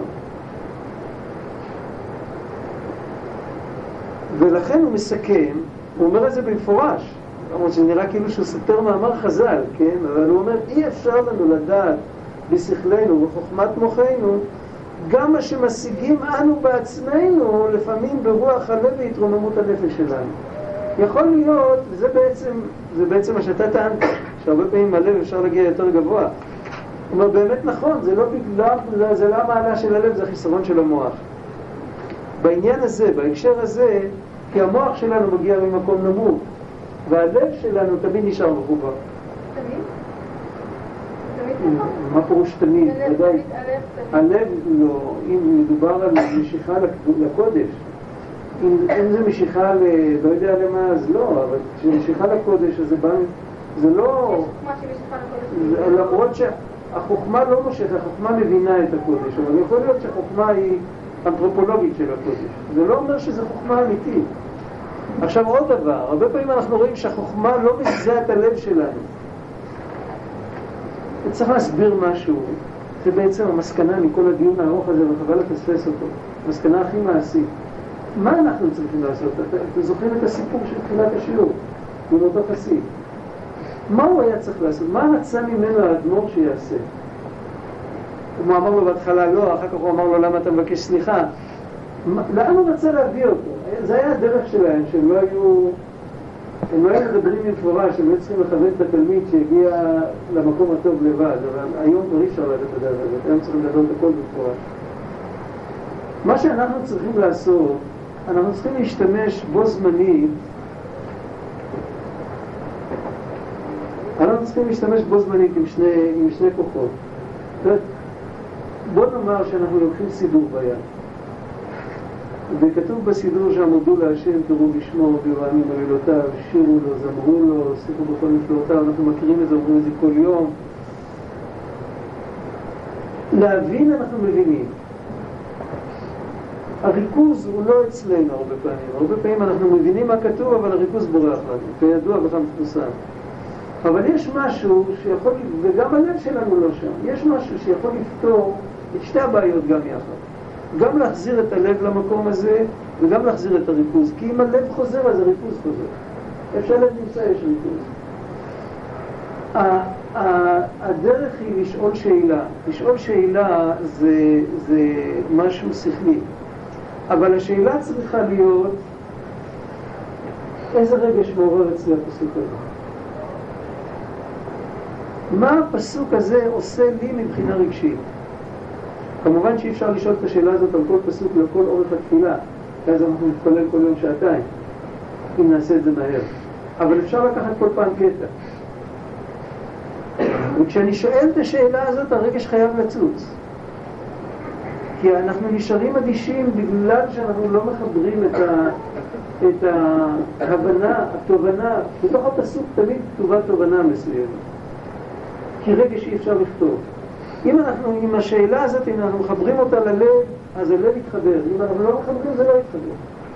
ולכן הוא מסכם, הוא אומר את זה במפורש, למרות שזה נראה כאילו שהוא סותר מאמר חז"ל, כן? אבל הוא אומר, אי אפשר לנו לדעת בשכלנו ובחוכמת מוחנו, גם מה שמשיגים אנו בעצמנו, לפעמים ברוח הלב והתרוממות הנפש שלנו. יכול להיות, וזה בעצם מה שאתה טענת, שהרבה פעמים הלב אפשר להגיע יותר גבוה. הוא אומר, באמת נכון, זה לא בגלל, זה לא המעלה של הלב, זה החיסרון של המוח. בעניין הזה, בהקשר הזה, כי המוח שלנו מגיע ממקום נמוך, והלב שלנו תמיד נשאר מחובר. תמיד? תמיד נכון? מה פירוש תמיד? ודאי. הלב לא, אם מדובר על משיכה לקודש, אם זה משיכה לא יודע למה, אז לא, אבל כשמשיכה לקודש, אז זה לא... יש חוכמה שמשיכה לקודש. למרות שהחוכמה לא מושכת, החוכמה מבינה את הקודש, אבל יכול להיות שהחוכמה היא אנתרופולוגית של הקודש. זה לא אומר שזה חוכמה אמיתית. עכשיו עוד דבר, הרבה פעמים אנחנו רואים שהחוכמה לא מזיזה את הלב שלנו. צריך להסביר משהו, זה בעצם המסקנה מכל הדיון הארוך הזה, וחבל לפספס אותו. המסקנה הכי מעשית. מה אנחנו צריכים לעשות? אתם זוכרים את הסיפור של תחילת השיעור, עם אותו חסיד. מה הוא היה צריך לעשות? מה רצה ממנו האדמו"ר שיעשה? הוא אמר לו בהתחלה לא, אחר כך הוא אמר לו למה אתה מבקש סליחה. לאן הוא רצה להביא אותו? זה היה הדרך שלהם, שהם לא היו מדברים במפורש, הם לא צריכים לכוון את התלמיד שהגיע למקום הטוב לבד, אבל היום כבר אי אפשר לדעת את הדרך הזאת, היום צריכים לדעת את הכל במפורש. מה שאנחנו צריכים לעשות, אנחנו צריכים להשתמש בו זמנית, עם שני כוחות. בוא נאמר שאנחנו לוקחים סידור ביד, וכתוב בסידור שהמודו להשם תראו בשמו ויראנו בלילותיו, שירו לו, זמרו לו, שיחו בכל נפלאותיו, אנחנו מכירים את זה, אומרים את זה כל יום. להבין אנחנו מבינים. הריכוז הוא לא אצלנו הרבה פעמים אנחנו מבינים מה כתוב, אבל הריכוז בורח לנו, כידוע בכלל מפורסם. אבל יש משהו שיכול, וגם הלב שלנו לא שם, יש משהו שיכול לפתור את שתי הבעיות גם יחד. גם להחזיר את הלב למקום הזה, וגם להחזיר את הריכוז, כי אם הלב חוזר אז הריכוז חוזר. איפה שהלב נמצא יש ריכוז. הדרך היא לשאול שאלה. לשאול שאלה זה משהו שכלי. אבל השאלה צריכה להיות איזה רגש מעורר אצלי הפסוק הזה. מה הפסוק הזה עושה לי מבחינה רגשית? כמובן שאי אפשר לשאול את השאלה הזאת על כל פסוק לכל אורך התפילה, אז אנחנו נתפלל כל יום שעתיים, אם נעשה את זה מהר. אבל אפשר לקחת כל פעם קטע. וכשאני שואל את השאלה הזאת, הרגש חייב לצוץ. כי אנחנו נשארים אדישים בגלל שאנחנו לא מחברים את ההבנה, התובנה. בתוך הפסוק תמיד כתובה תובנה מסוימת. כי רגש אי אפשר לכתוב. אם אנחנו, עם השאלה הזאת, אם אנחנו מחברים אותה ללב, אז הלב יתחבר. אם אנחנו לא מחברים, זה לא יתחבר.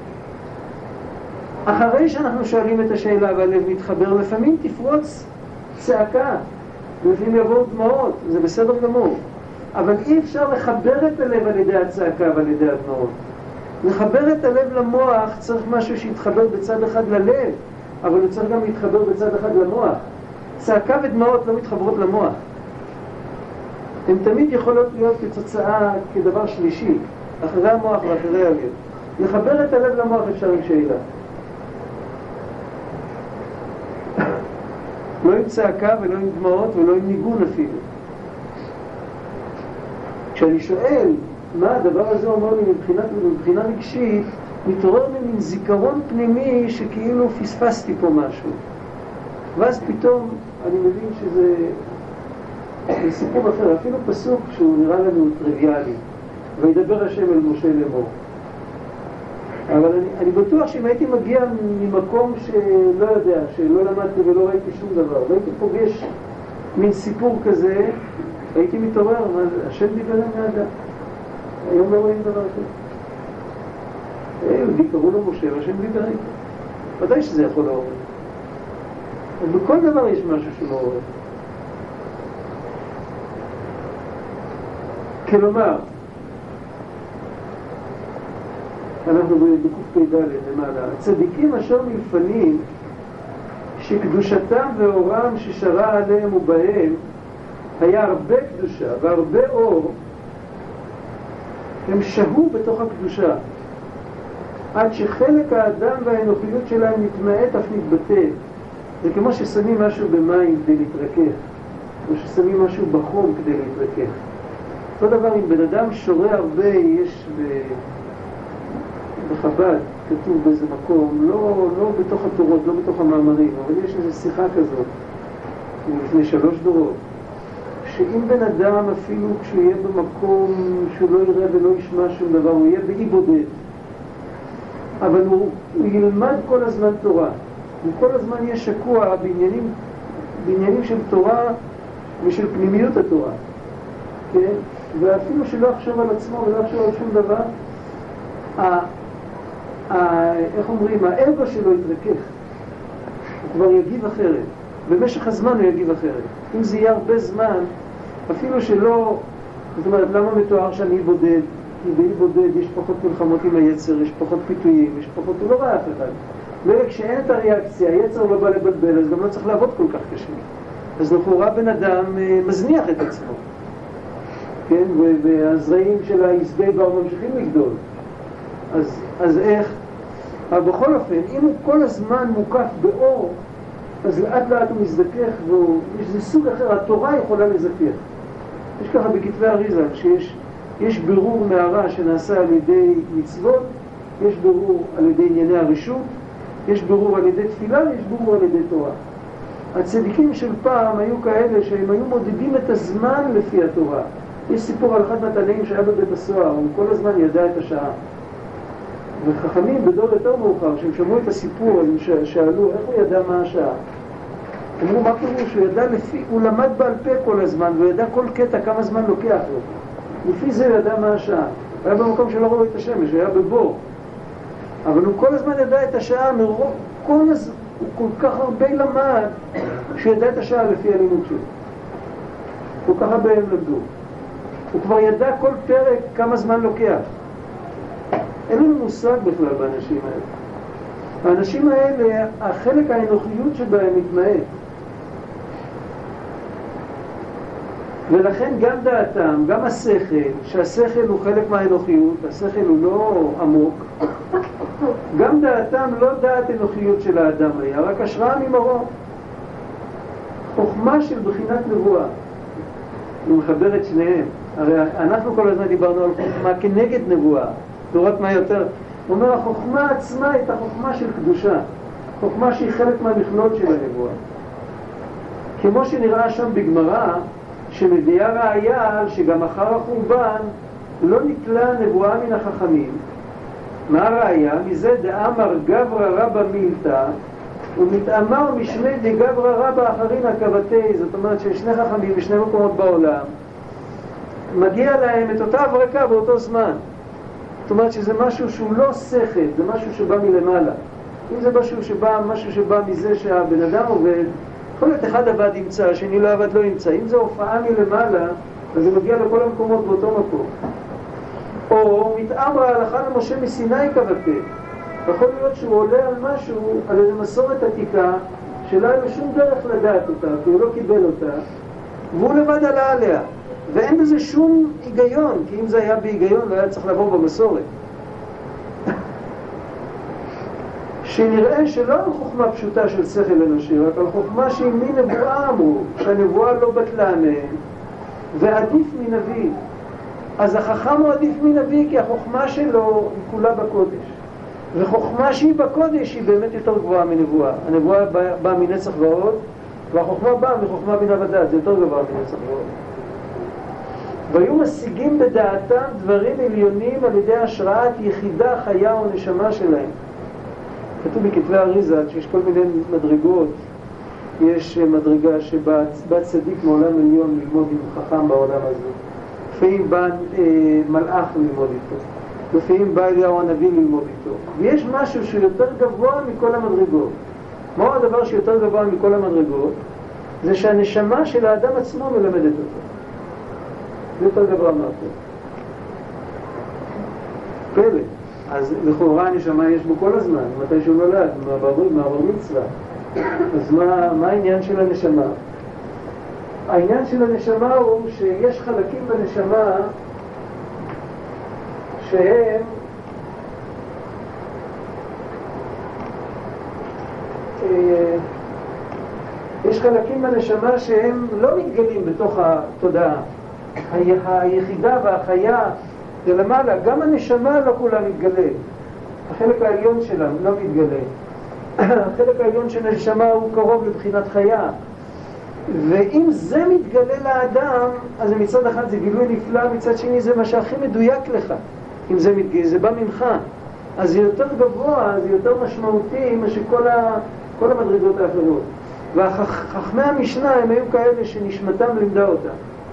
אחרי שאנחנו שואלים את השאלה והלב מתחבר, לפעמים תפרוץ צעקה, ולפעמים יבואו דמעות, זה בסדר גמור. אבל אי אפשר לחבר את הלב על ידי הצעקה ועל ידי הדמעות. לחבר את הלב למוח צריך משהו שיתחבר בצד אחד ללב, אבל הוא צריך גם להתחבר בצד אחד למוח. צעקה ודמעות לא מתחברות למוח. הן תמיד יכולות להיות כתוצאה, כדבר שלישי, אחרי המוח ואחרי הלב. לחבר את הלב למוח אפשר עם שאלה. לא עם צעקה ולא עם דמעות ולא עם ניגון אפילו. כשאני שואל מה הדבר הזה אומר לי מבחינה רגשית, מתעורר לי מין זיכרון פנימי שכאילו פספסתי פה משהו. ואז פתאום אני מבין שזה סיפור אחר, אפילו פסוק שהוא נראה לנו טריוויאלי, וידבר השם אל משה לאמור. אבל אני בטוח שאם הייתי מגיע ממקום שלא יודע, שלא למדתי ולא ראיתי שום דבר, והייתי פוגש מין סיפור כזה, הייתי מתעורר, מה זה? השם דיבר מהאדם. היום לא רואים דבר כזה. קראו לו משה, והשם דיבר איתו. ודאי שזה יכול לעורר. אבל בכל דבר יש משהו שלא עורר. כלומר, אנחנו בק"ד למעלה, הצדיקים אשר מלפנים שקדושתם ואורם ששרה עליהם ובהם היה הרבה קדושה והרבה אור, הם שהו בתוך הקדושה עד שחלק האדם והאנוכיות שלהם מתמעט אף מתבטא. זה כמו ששמים משהו במים כדי להתרכך, או ששמים משהו בחום כדי להתרכך. אותו דבר אם בן אדם שורה הרבה, יש בחב"ד כתוב באיזה מקום, לא בתוך התורות, לא בתוך המאמרים, אבל יש איזו שיחה כזאת לפני 3 דורות, שאם בן אדם אפילו כשהוא יהיה במקום שהוא לא יראה ולא ישמע שום דבר, הוא יהיה באי בודד, אבל הוא ילמד כל הזמן תורה, הוא כל הזמן יהיה שקוע בעניינים של תורה ושל פנימיות התורה, כן? ואפילו שלא יחשוב על עצמו ולא יחשוב על שום דבר, איך אומרים, האגו שלו יתרכך, הוא כבר יגיב אחרת, במשך הזמן הוא יגיב אחרת. אם זה יהיה הרבה זמן, אפילו שלא, זאת אומרת, למה מתואר שאני בודד? כי באי בודד יש פחות מלחמות עם היצר, יש פחות פיתויים, יש פחות, הוא לא ראה אף אחד. וכשאין את הריאקציה, היצר לא בא לבלבל, אז גם לא צריך לעבוד כל כך קשה. אז לכאורה בן אדם מזניח את עצמו, כן? והזרעים של היסדי בר ממשיכים לגדול. אז איך? אבל בכל אופן, אם הוא כל הזמן מוקף באור, אז לאט לאט הוא מזדכך, וזה סוג אחר, התורה יכולה לזכך. יש ככה בכתבי אריז"ל, שיש בירור מהרע שנעשה על ידי מצוות, יש בירור על ידי ענייני הרשות, יש בירור על ידי תפילה, יש בירור על ידי תורה. הצדיקים של פעם היו כאלה שהם היו מודדים את הזמן לפי התורה. יש סיפור על אחד מהתנאים שהיה בבית הסוהר, הוא כל הזמן ידע את השעה. וחכמים בדור יותר מאוחר, שהם שמעו את הסיפור, הם שאלו איך הוא ידע מה השעה. אמרו, מה פירוש? הוא ידע לפי, הוא למד בעל פה כל הזמן, והוא ידע כל קטע כמה זמן לוקח לו. לפי זה הוא ידע מה השעה. הוא היה במקום שלא רואה את השמש, הוא היה בבור. אבל הוא כל הזמן ידע את השעה, הוא כל כך הרבה למד, שהוא ידע את השעה לפי הלימוד שלו. כל כך הרבה הם למדו. הוא כבר ידע כל פרק כמה זמן לוקח. אין לנו מושג בכלל באנשים האלה. האנשים האלה, החלק האנוכיות שבהם מתמעט. ולכן גם דעתם, גם השכל, שהשכל הוא חלק מהאנוכיות, השכל הוא לא עמוק, גם דעתם לא דעת אנוכיות של האדם היה, רק השראה ממרום. חוכמה של בחינת נבואה. הוא מחבר את שניהם. הרי אנחנו כל הזמן דיברנו על חוכמה כנגד נבואה. לראות מה יותר. הוא אומר, החוכמה עצמה הייתה חוכמה של קדושה. חוכמה שהיא חלק מהמכלול של הנבואה. כמו שנראה שם בגמרא, שמביאה ראיה שגם אחר החורבן לא נתלה נבואה מן החכמים. מה הראיה? מזה דאמר גברא רבא מילתא, ומתאמר משמי דגברא רבא אחרין הקבתי. זאת אומרת ששני חכמים בשני מקומות בעולם מגיע להם את אותה הברקה באותו זמן. זאת אומרת שזה משהו שהוא לא שכל, זה משהו שבא מלמעלה. אם זה משהו שבא מזה שהבן אדם עובד, יכול להיות אחד עבד ימצא, השני לא עבד לא ימצא. אם זו הופעה מלמעלה, אז זה מגיע לכל המקומות באותו מקום. או מתאמר ההלכה למשה מסיני קבתי. יכול להיות שהוא עולה על משהו, על איזו מסורת עתיקה, שלא היה לו שום דרך לדעת אותה, כי הוא לא קיבל אותה, והוא לבד עלה עליה. ואין בזה שום היגיון, כי אם זה היה בהיגיון, לא היה צריך לעבור במסורת. שנראה שלא על חוכמה פשוטה של שכל אנושי, רק על חוכמה שהיא מנבואה אמרו, שהנבואה לא בטלה מהם, ועדיף מנביא. אז החכם הוא עדיף מנביא, כי החוכמה שלו היא כולה בקודש. וחוכמה שהיא בקודש היא באמת יותר גבוהה מנבואה. הנבואה באה מנצח ועוד, והחוכמה באה מחוכמה בינה ודעת, זה יותר גבוה מנצח ועוד. והיו משיגים בדעתם דברים עליונים על ידי השראת יחידה חיה או נשמה שלהם. כתוב בכתבי אריז"ל שיש כל מיני מדרגות. יש מדרגה שבא צדיק מעולם עליון ללמוד עם חכם בעולם הזה. לפעמים בא מלאך ללמוד איתו. לפעמים בא אליהו הנביא ללמוד איתו. ויש משהו שהוא יותר גבוה מכל המדרגות. מהו הדבר שיותר גבוה מכל המדרגות? זה שהנשמה של האדם עצמו מלמדת אותו. זה יותר גבוה מהכל. פלא. אז לכאורה הנשמה יש בו כל הזמן, מתי שהוא נולד, מהבר מצווה. אז מה העניין של הנשמה? העניין של הנשמה הוא שיש חלקים בנשמה שהם יש חלקים בנשמה שהם לא מתגלים בתוך התודעה. היחידה והחיה זה למעלה, גם הנשמה לא כולה מתגלה. החלק העליון שלה לא מתגלה. החלק העליון של הנשמה הוא קרוב לבחינת חיה. ואם זה מתגלה לאדם, אז מצד אחד זה גילוי נפלא, מצד שני זה מה שהכי מדויק לך. אם זה מתגלה, זה בא ממך. אז זה יותר גבוה, זה יותר משמעותי משכל המדרגות האחרות. והחכמי המשנה הם היו כאלה שנשמתם לימדה אותם.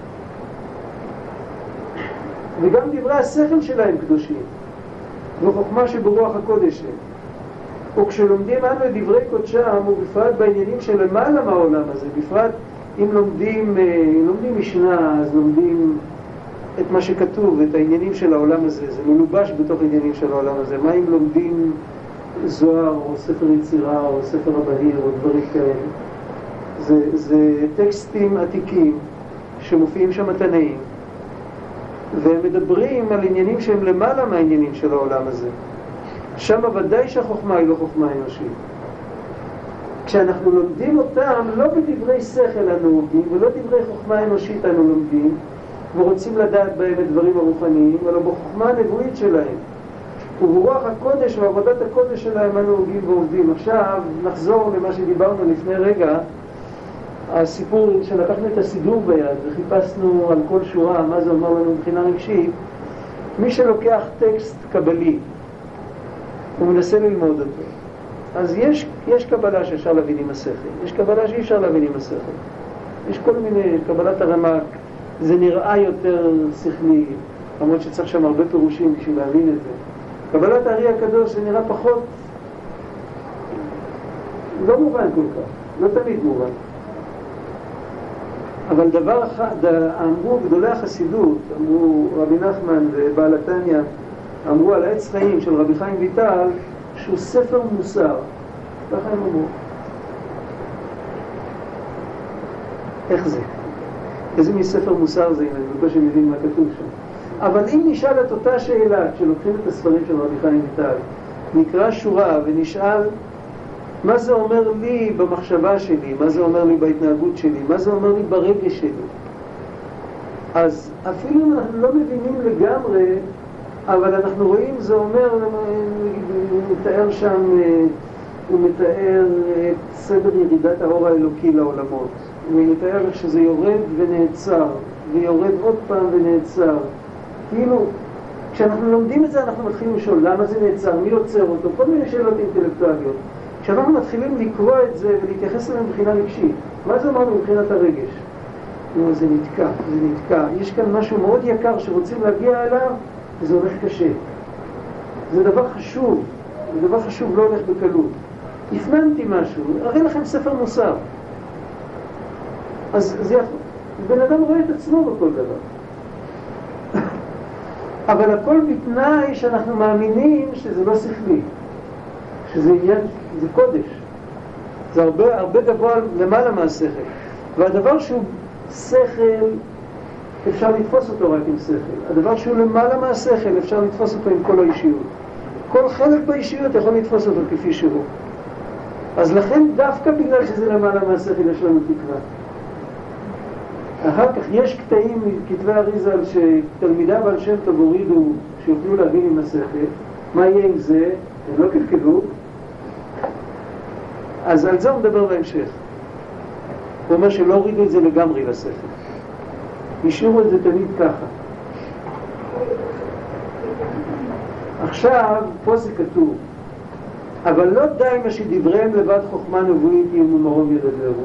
וגם דברי השכל שלהם קדושים, וחוכמה שברוח הקודש הם. וכשלומדים אנו את דברי קודשם, ובפרט בעניינים של למעלה מהעולם הזה, בפרט אם לומדים משנה, אז לומדים את מה שכתוב, את העניינים של העולם הזה, זה מלובש בתוך עניינים של העולם הזה. מה אם לומדים זוהר, או ספר יצירה, או ספר הבהיר, או דברים כאלה? זה טקסטים עתיקים שמופיעים שם התנאים, והם מדברים על עניינים שהם למעלה מהעניינים של העולם הזה. שם ודאי שהחוכמה היא לא חוכמה אנושית. כשאנחנו לומדים אותם, לא בדברי שכל אנו לומדים, ולא דברי חוכמה אנושית אנו לומדים, ורוצים לדעת בהם את דברים הרוחניים, אלא בחוכמה הנבואית שלהם. וברוח הקודש ועבודת הקודש שלהם אנו הוגים ועובדים. עכשיו נחזור למה שדיברנו לפני רגע, הסיפור שלקחנו את הסידור ביד וחיפשנו על כל שורה מה זה אומר לנו מבחינה רגשית. מי שלוקח טקסט קבלי הוא מנסה ללמוד אותו, אז יש קבלה שאפשר להבין עם השכל, יש קבלה שאי אפשר להבין עם השכל, יש כל מיני, קבלת הרמ"ק זה נראה יותר שכלי, למרות שצריך שם הרבה פירושים בשביל להבין את זה. קבלת הארי הקדוש זה נראה פחות, לא מובן כל כך, לא תמיד מובן. אבל דבר אחד, אמרו גדולי החסידות, אמרו רבי נחמן ובעל התניא, אמרו על העץ חיים של רבי חיים ויטל שהוא ספר מוסר. ככה הם אמרו. איך זה? איזה מספר מוסר זה, אם אני בקושי מבין מה כתוב שם. אבל אם נשאל את אותה שאלה, כשלוקחים את הספרים של רבי חיים ויטל, נקרא שורה ונשאל מה זה אומר לי במחשבה שלי, מה זה אומר לי בהתנהגות שלי, מה זה אומר לי ברגש שלי. אז אפילו אם אנחנו לא מבינים לגמרי, אבל אנחנו רואים, זה אומר, הוא מתאר שם, הוא מתאר את סדר ירידת האור האלוקי לעולמות. הוא מתאר איך שזה יורד ונעצר, ויורד עוד פעם ונעצר. כאילו, כשאנחנו לומדים את זה, אנחנו מתחילים לשאול למה זה נעצר, מי עוצר אותו, כל מיני שאלות אינטלקטואליות. כשאנחנו מתחילים לקרוא את זה ולהתייחס אליהם מבחינה רגשית, מה זה אמרנו מבחינת הרגש? זה נתקע, זה נתקע. יש כאן משהו מאוד יקר שרוצים להגיע אליו, וזה הולך קשה. זה דבר חשוב, זה דבר חשוב, לא הולך בקלות. הפנמתי משהו, הרי לכם ספר מוסר. אז זה יכול. בן אדם רואה את עצמו בכל דבר. אבל הכל בתנאי שאנחנו מאמינים שזה לא שכלי. שזה עניין, זה קודש. זה הרבה גבוה למעלה מהשכל. והדבר שהוא שכל, אפשר לתפוס אותו רק עם שכל. הדבר שהוא למעלה מהשכל, אפשר לתפוס אותו עם כל האישיות. כל חלק באישיות יכול לתפוס אותו כפי שהוא. אז לכן דווקא בגלל שזה למעלה מהשכל יש לנו תקווה. אחר כך יש קטעים מכתבי אריז"ל שתלמידיו על שם טוב הורידו שיוכלו להבין עם השכל. מה יהיה עם זה? הם לא קלקלו. אז על זה הוא מדבר בהמשך. הוא אומר שלא הורידו את זה לגמרי לשכל. השאירו את זה תמיד ככה. עכשיו, פה זה כתוב. אבל לא די מה שדבריהם לבד חוכמה נבואית יהיו ממרום ידברו.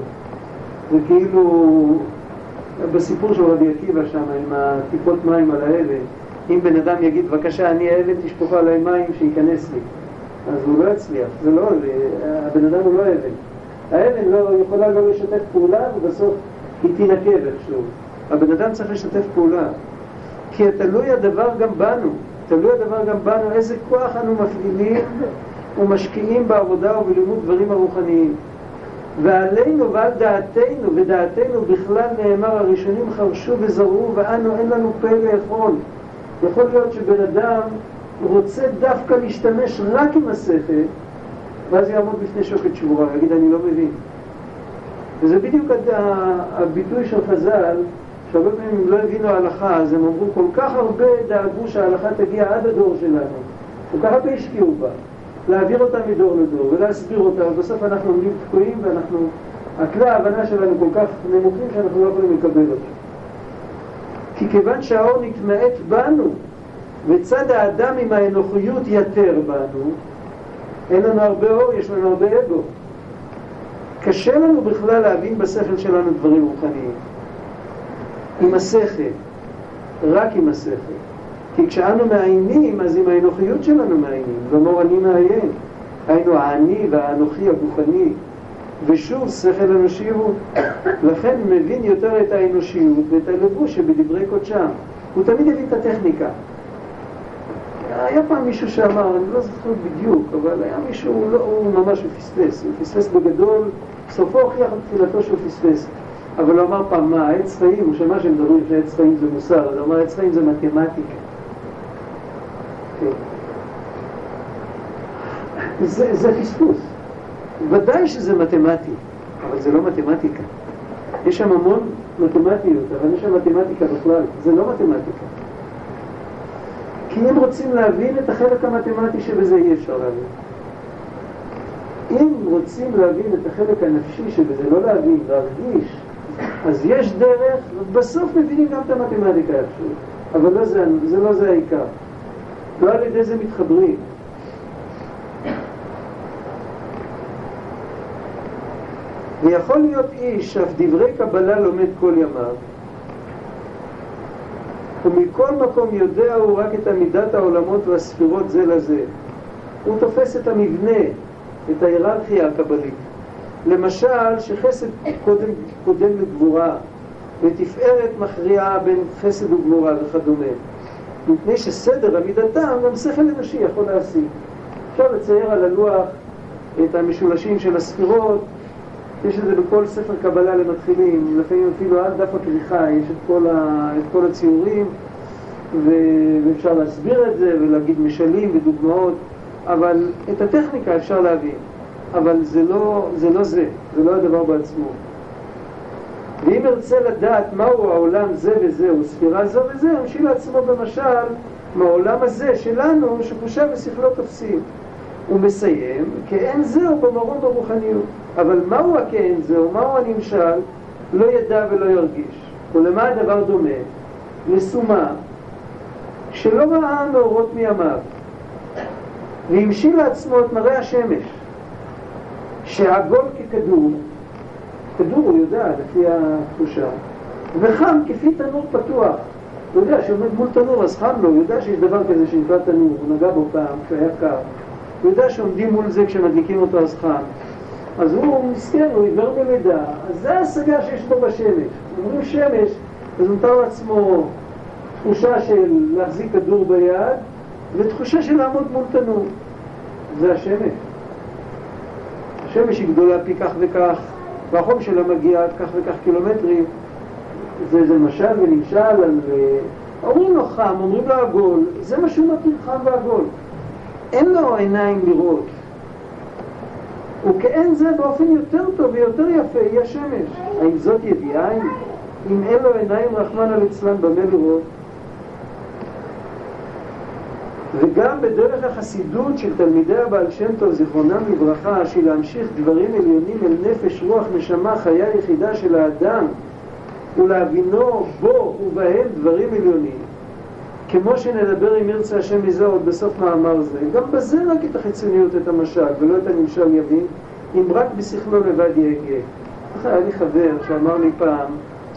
וכאילו, בסיפור של רבי עקיבא שם, עם הטיפות מים על האבן, אם בן אדם יגיד, בבקשה, אני האבן תשפוכה עליי מים שייכנס לי. אז הוא לא יצליח. זה לא, הבן אדם הוא לא אבן. האבן לא יכולה לא לשתף פעולה, ובסוף היא תינקב איכשהו. הבן אדם צריך לשתף פעולה. כי תלוי הדבר גם בנו. תלוי הדבר גם בנו איזה כוח אנו מפעילים ומשקיעים בעבודה ובלימוד דברים הרוחניים. ועלינו ועל דעתנו, ודעתנו בכלל נאמר, הראשונים חרשו וזרעו, ואנו אין לנו פה לאכול. יכול להיות שבן אדם רוצה דווקא להשתמש רק עם השכל, ואז יעמוד בפני שוקת שבורה, ויגיד, אני לא מבין. וזה בדיוק הביטוי של חז"ל, שהרבה פעמים לא הבינו ההלכה, אז הם אמרו, כל כך הרבה דאגו שההלכה תגיע עד הדור שלנו. כל כך הרבה השקיעו בה. להעביר אותה מדור לדור ולהסביר אותה, ובסוף אנחנו עומדים תקועים ואנחנו, הכלי ההבנה שלנו כל כך נמוכים שאנחנו לא יכולים לקבל אותה. כי כיוון שהאור נתמעט בנו, וצד האדם עם האנוכיות יתר בנו, אין לנו הרבה אור, יש לנו הרבה אגו. קשה לנו בכלל להבין בשכל שלנו דברים רוחניים. עם השכל, רק עם השכל. כי כשאנו מעיינים, אז עם האנוכיות שלנו מעיינים. ואמור אני מעיין. היינו העני והאנוכי הגופני. ושוב, שכל אנושי הוא. לכן מבין יותר את האנושיות ואת הלבוש שבדברי קודשם. הוא תמיד הבין את הטכניקה. היה פעם מישהו שאמר, אני לא זוכר בדיוק, אבל היה מישהו, הוא ממש פספס. הוא פספס בגדול, סופו הוכיח את תחילתו שהוא פספס. אבל הוא אמר פעם, מה, העץ חיים, הוא שמע שהם מדברים שעץ חיים זה מוסר, אז הוא אמר, עץ חיים זה מתמטיקה. זה פספוס. ודאי שזה מתמטי, אבל זה לא מתמטיקה. יש שם המון מתמטיות, אבל יש שם מתמטיקה בכלל. זה לא מתמטיקה. כי אם רוצים להבין את החלק המתמטי שבזה אי אפשר להבין. אם רוצים להבין את החלק הנפשי שבזה, לא להבין, להרגיש, אז יש דרך, ובסוף מבינים גם את המתמטיקה איכשהו. אבל לא זה העיקר. לא על ידי זה מתחברים. ויכול להיות איש שאף דברי קבלה לומד כל ימיו, ומכל מקום יודע הוא רק את עמידת העולמות והספירות זה לזה. הוא תופס את המבנה, את ההיררכיה הקבלית. למשל, שחסד קודם לגבורה, ותפארת מכריעה בין חסד וגבורה וכדומה. מפני שסדר עמידתם גם שכל אנושי יכול להשיג. אפשר לצייר על הלוח את המשולשים של הספירות, יש את זה בכל ספר קבלה למתחילים, לפעמים אפילו עד דף הכריכה יש את כל הציורים, ואפשר להסביר את זה ולהגיד משלים ודוגמאות, אבל את הטכניקה אפשר להבין, אבל זה לא הדבר בעצמו. ואם ירצה לדעת מהו העולם זה וזה, או ספירה זו וזה, ימשיל לעצמו במשל מהעולם הזה שלנו, שחושב ושכלו תופסים. הוא מסיים, כאין זהו במרום ברוחניות. אבל מהו הכאין זהו, מהו הנמשל, לא ידע ולא ירגיש. ולמה הדבר דומה? לסומה, שלא ראה מאורות מימיו, והמשיל לעצמו את מראה השמש, שעגול ככדור, כדור הוא יודע לפי התחושה, וחם כפי תנור פתוח. הוא יודע שעומד מול תנור אז חם לו, הוא יודע שיש דבר כזה שנקרא תנור, הוא נגע בו פעם כשהיה קר, הוא יודע שעומדים מול זה כשמדליקים אותו אז חם. אז הוא מסכן, הוא עיוור במידע, אז זה ההשגה שיש בו בשמש. אומרים שמש, אז נותר לעצמו תחושה של להחזיק כדור ביד, ותחושה של לעמוד מול תנור. זה השמש. השמש היא גדולה פי כך וכך, והחום שלה מגיע עד כך וכך קילומטרים. זה משל ונמשל על... אומרים לו חם, אומרים לו עגול, זה מה שהוא מכיר, חם ועגול. אין לו עיניים לראות. וכאין זה באופן יותר טוב ויותר יפה היא השמש. האם זאת ידיעה? אם אין לו עיניים רחמן על אצלן במה לראות? וגם בדרך החסידות של תלמידי הבעל שם טוב זיכרונם לברכה, של להמשיך דברים עליונים אל נפש רוח נשמה חיה יחידה של האדם ולהבינו בו ובהם דברים עליונים, כמו שנדבר אם ירצה השם מזה עוד בסוף מאמר זה, גם בזה רק את החיצוניות, את המשל ולא את הנמשל יבין, אם רק בשכלו לבד יהיה. היה לי חבר שאמר לי פעם,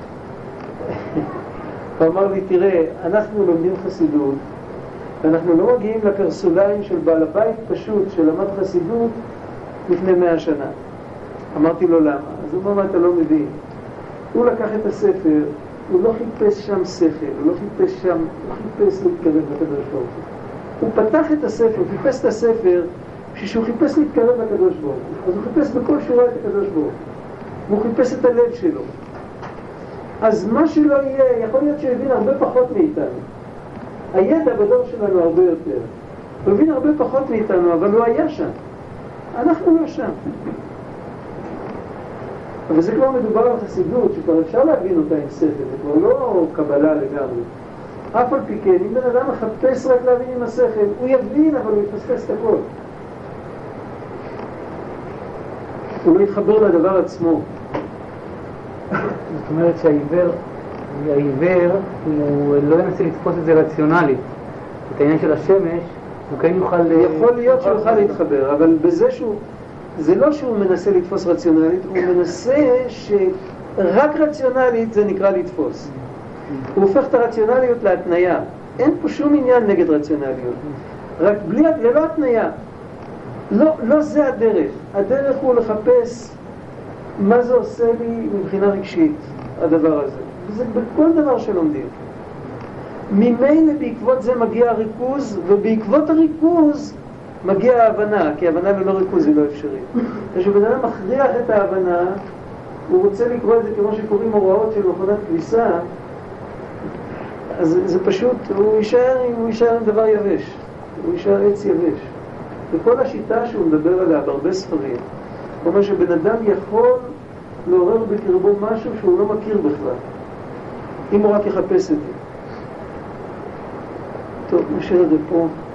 הוא אמר לי, תראה, אנחנו לומדים חסידות, ואנחנו לא מגיעים לפרסוליים של בעל הבית פשוט שלמד חסידות לפני 100 שנה. אמרתי לו למה? אז הוא אמר, אתה לא מבין. הוא לקח את הספר, הוא לא חיפש שם שכל, הוא לא חיפש להתקרב לקדוש ברוך הוא. הוא פתח את הספר, הוא חיפש את הספר כשהוא חיפש להתקרב לקדוש ברוך הוא. אז הוא חיפש בכל שורה את הקדוש ברוך הוא. הוא חיפש את הלב שלו. אז מה שלא יהיה, יכול להיות שהוא הבין הרבה פחות מאיתנו. הידע בדור שלנו הרבה יותר. הוא הבין הרבה פחות מאיתנו, אבל הוא היה שם. אנחנו לא שם. אבל זה כבר מדובר על חסידות, שכבר אפשר להבין אותה עם שכל, זה כבר לא קבלה לגמרי. אף על פי כן, אם בן אדם מחפש רק להבין עם השכל, הוא יבין, אבל הוא יפספס את הכל. הוא לא יתחבר לדבר עצמו. זאת אומרת שהעיוור הוא לא ינסה לתפוס את זה רציונלית. את העניין של השמש, הוא כן יוכל... יכול להיות שהוא יוכל להתחבר, אבל בזה שהוא... זה לא שהוא מנסה לתפוס רציונלית, הוא מנסה שרק רציונלית זה נקרא לתפוס. הוא הופך את הרציונליות להתניה. אין פה שום עניין נגד רציונליות. רק ללא התניה. לא זה הדרך. הדרך הוא לחפש מה זה עושה לי מבחינה רגשית, הדבר הזה. וזה בכל דבר שלומדים. ממילא בעקבות זה מגיע הריכוז, ובעקבות הריכוז מגיע ההבנה, כי ההבנה ללא ריכוז היא לא אפשרית. כשבן אדם מכריח את ההבנה, הוא רוצה לקרוא את זה כמו שקוראים הוראות של מכונת כביסה, אז זה פשוט, הוא יישאר עם דבר יבש, הוא יישאר עץ יבש. וכל השיטה שהוא מדבר עליה בהרבה ספרים, הוא אומר שבן אדם יכול לעורר בקרבו משהו שהוא לא מכיר בכלל, אם הוא רק יחפש את זה. טוב, נשאר את זה פה.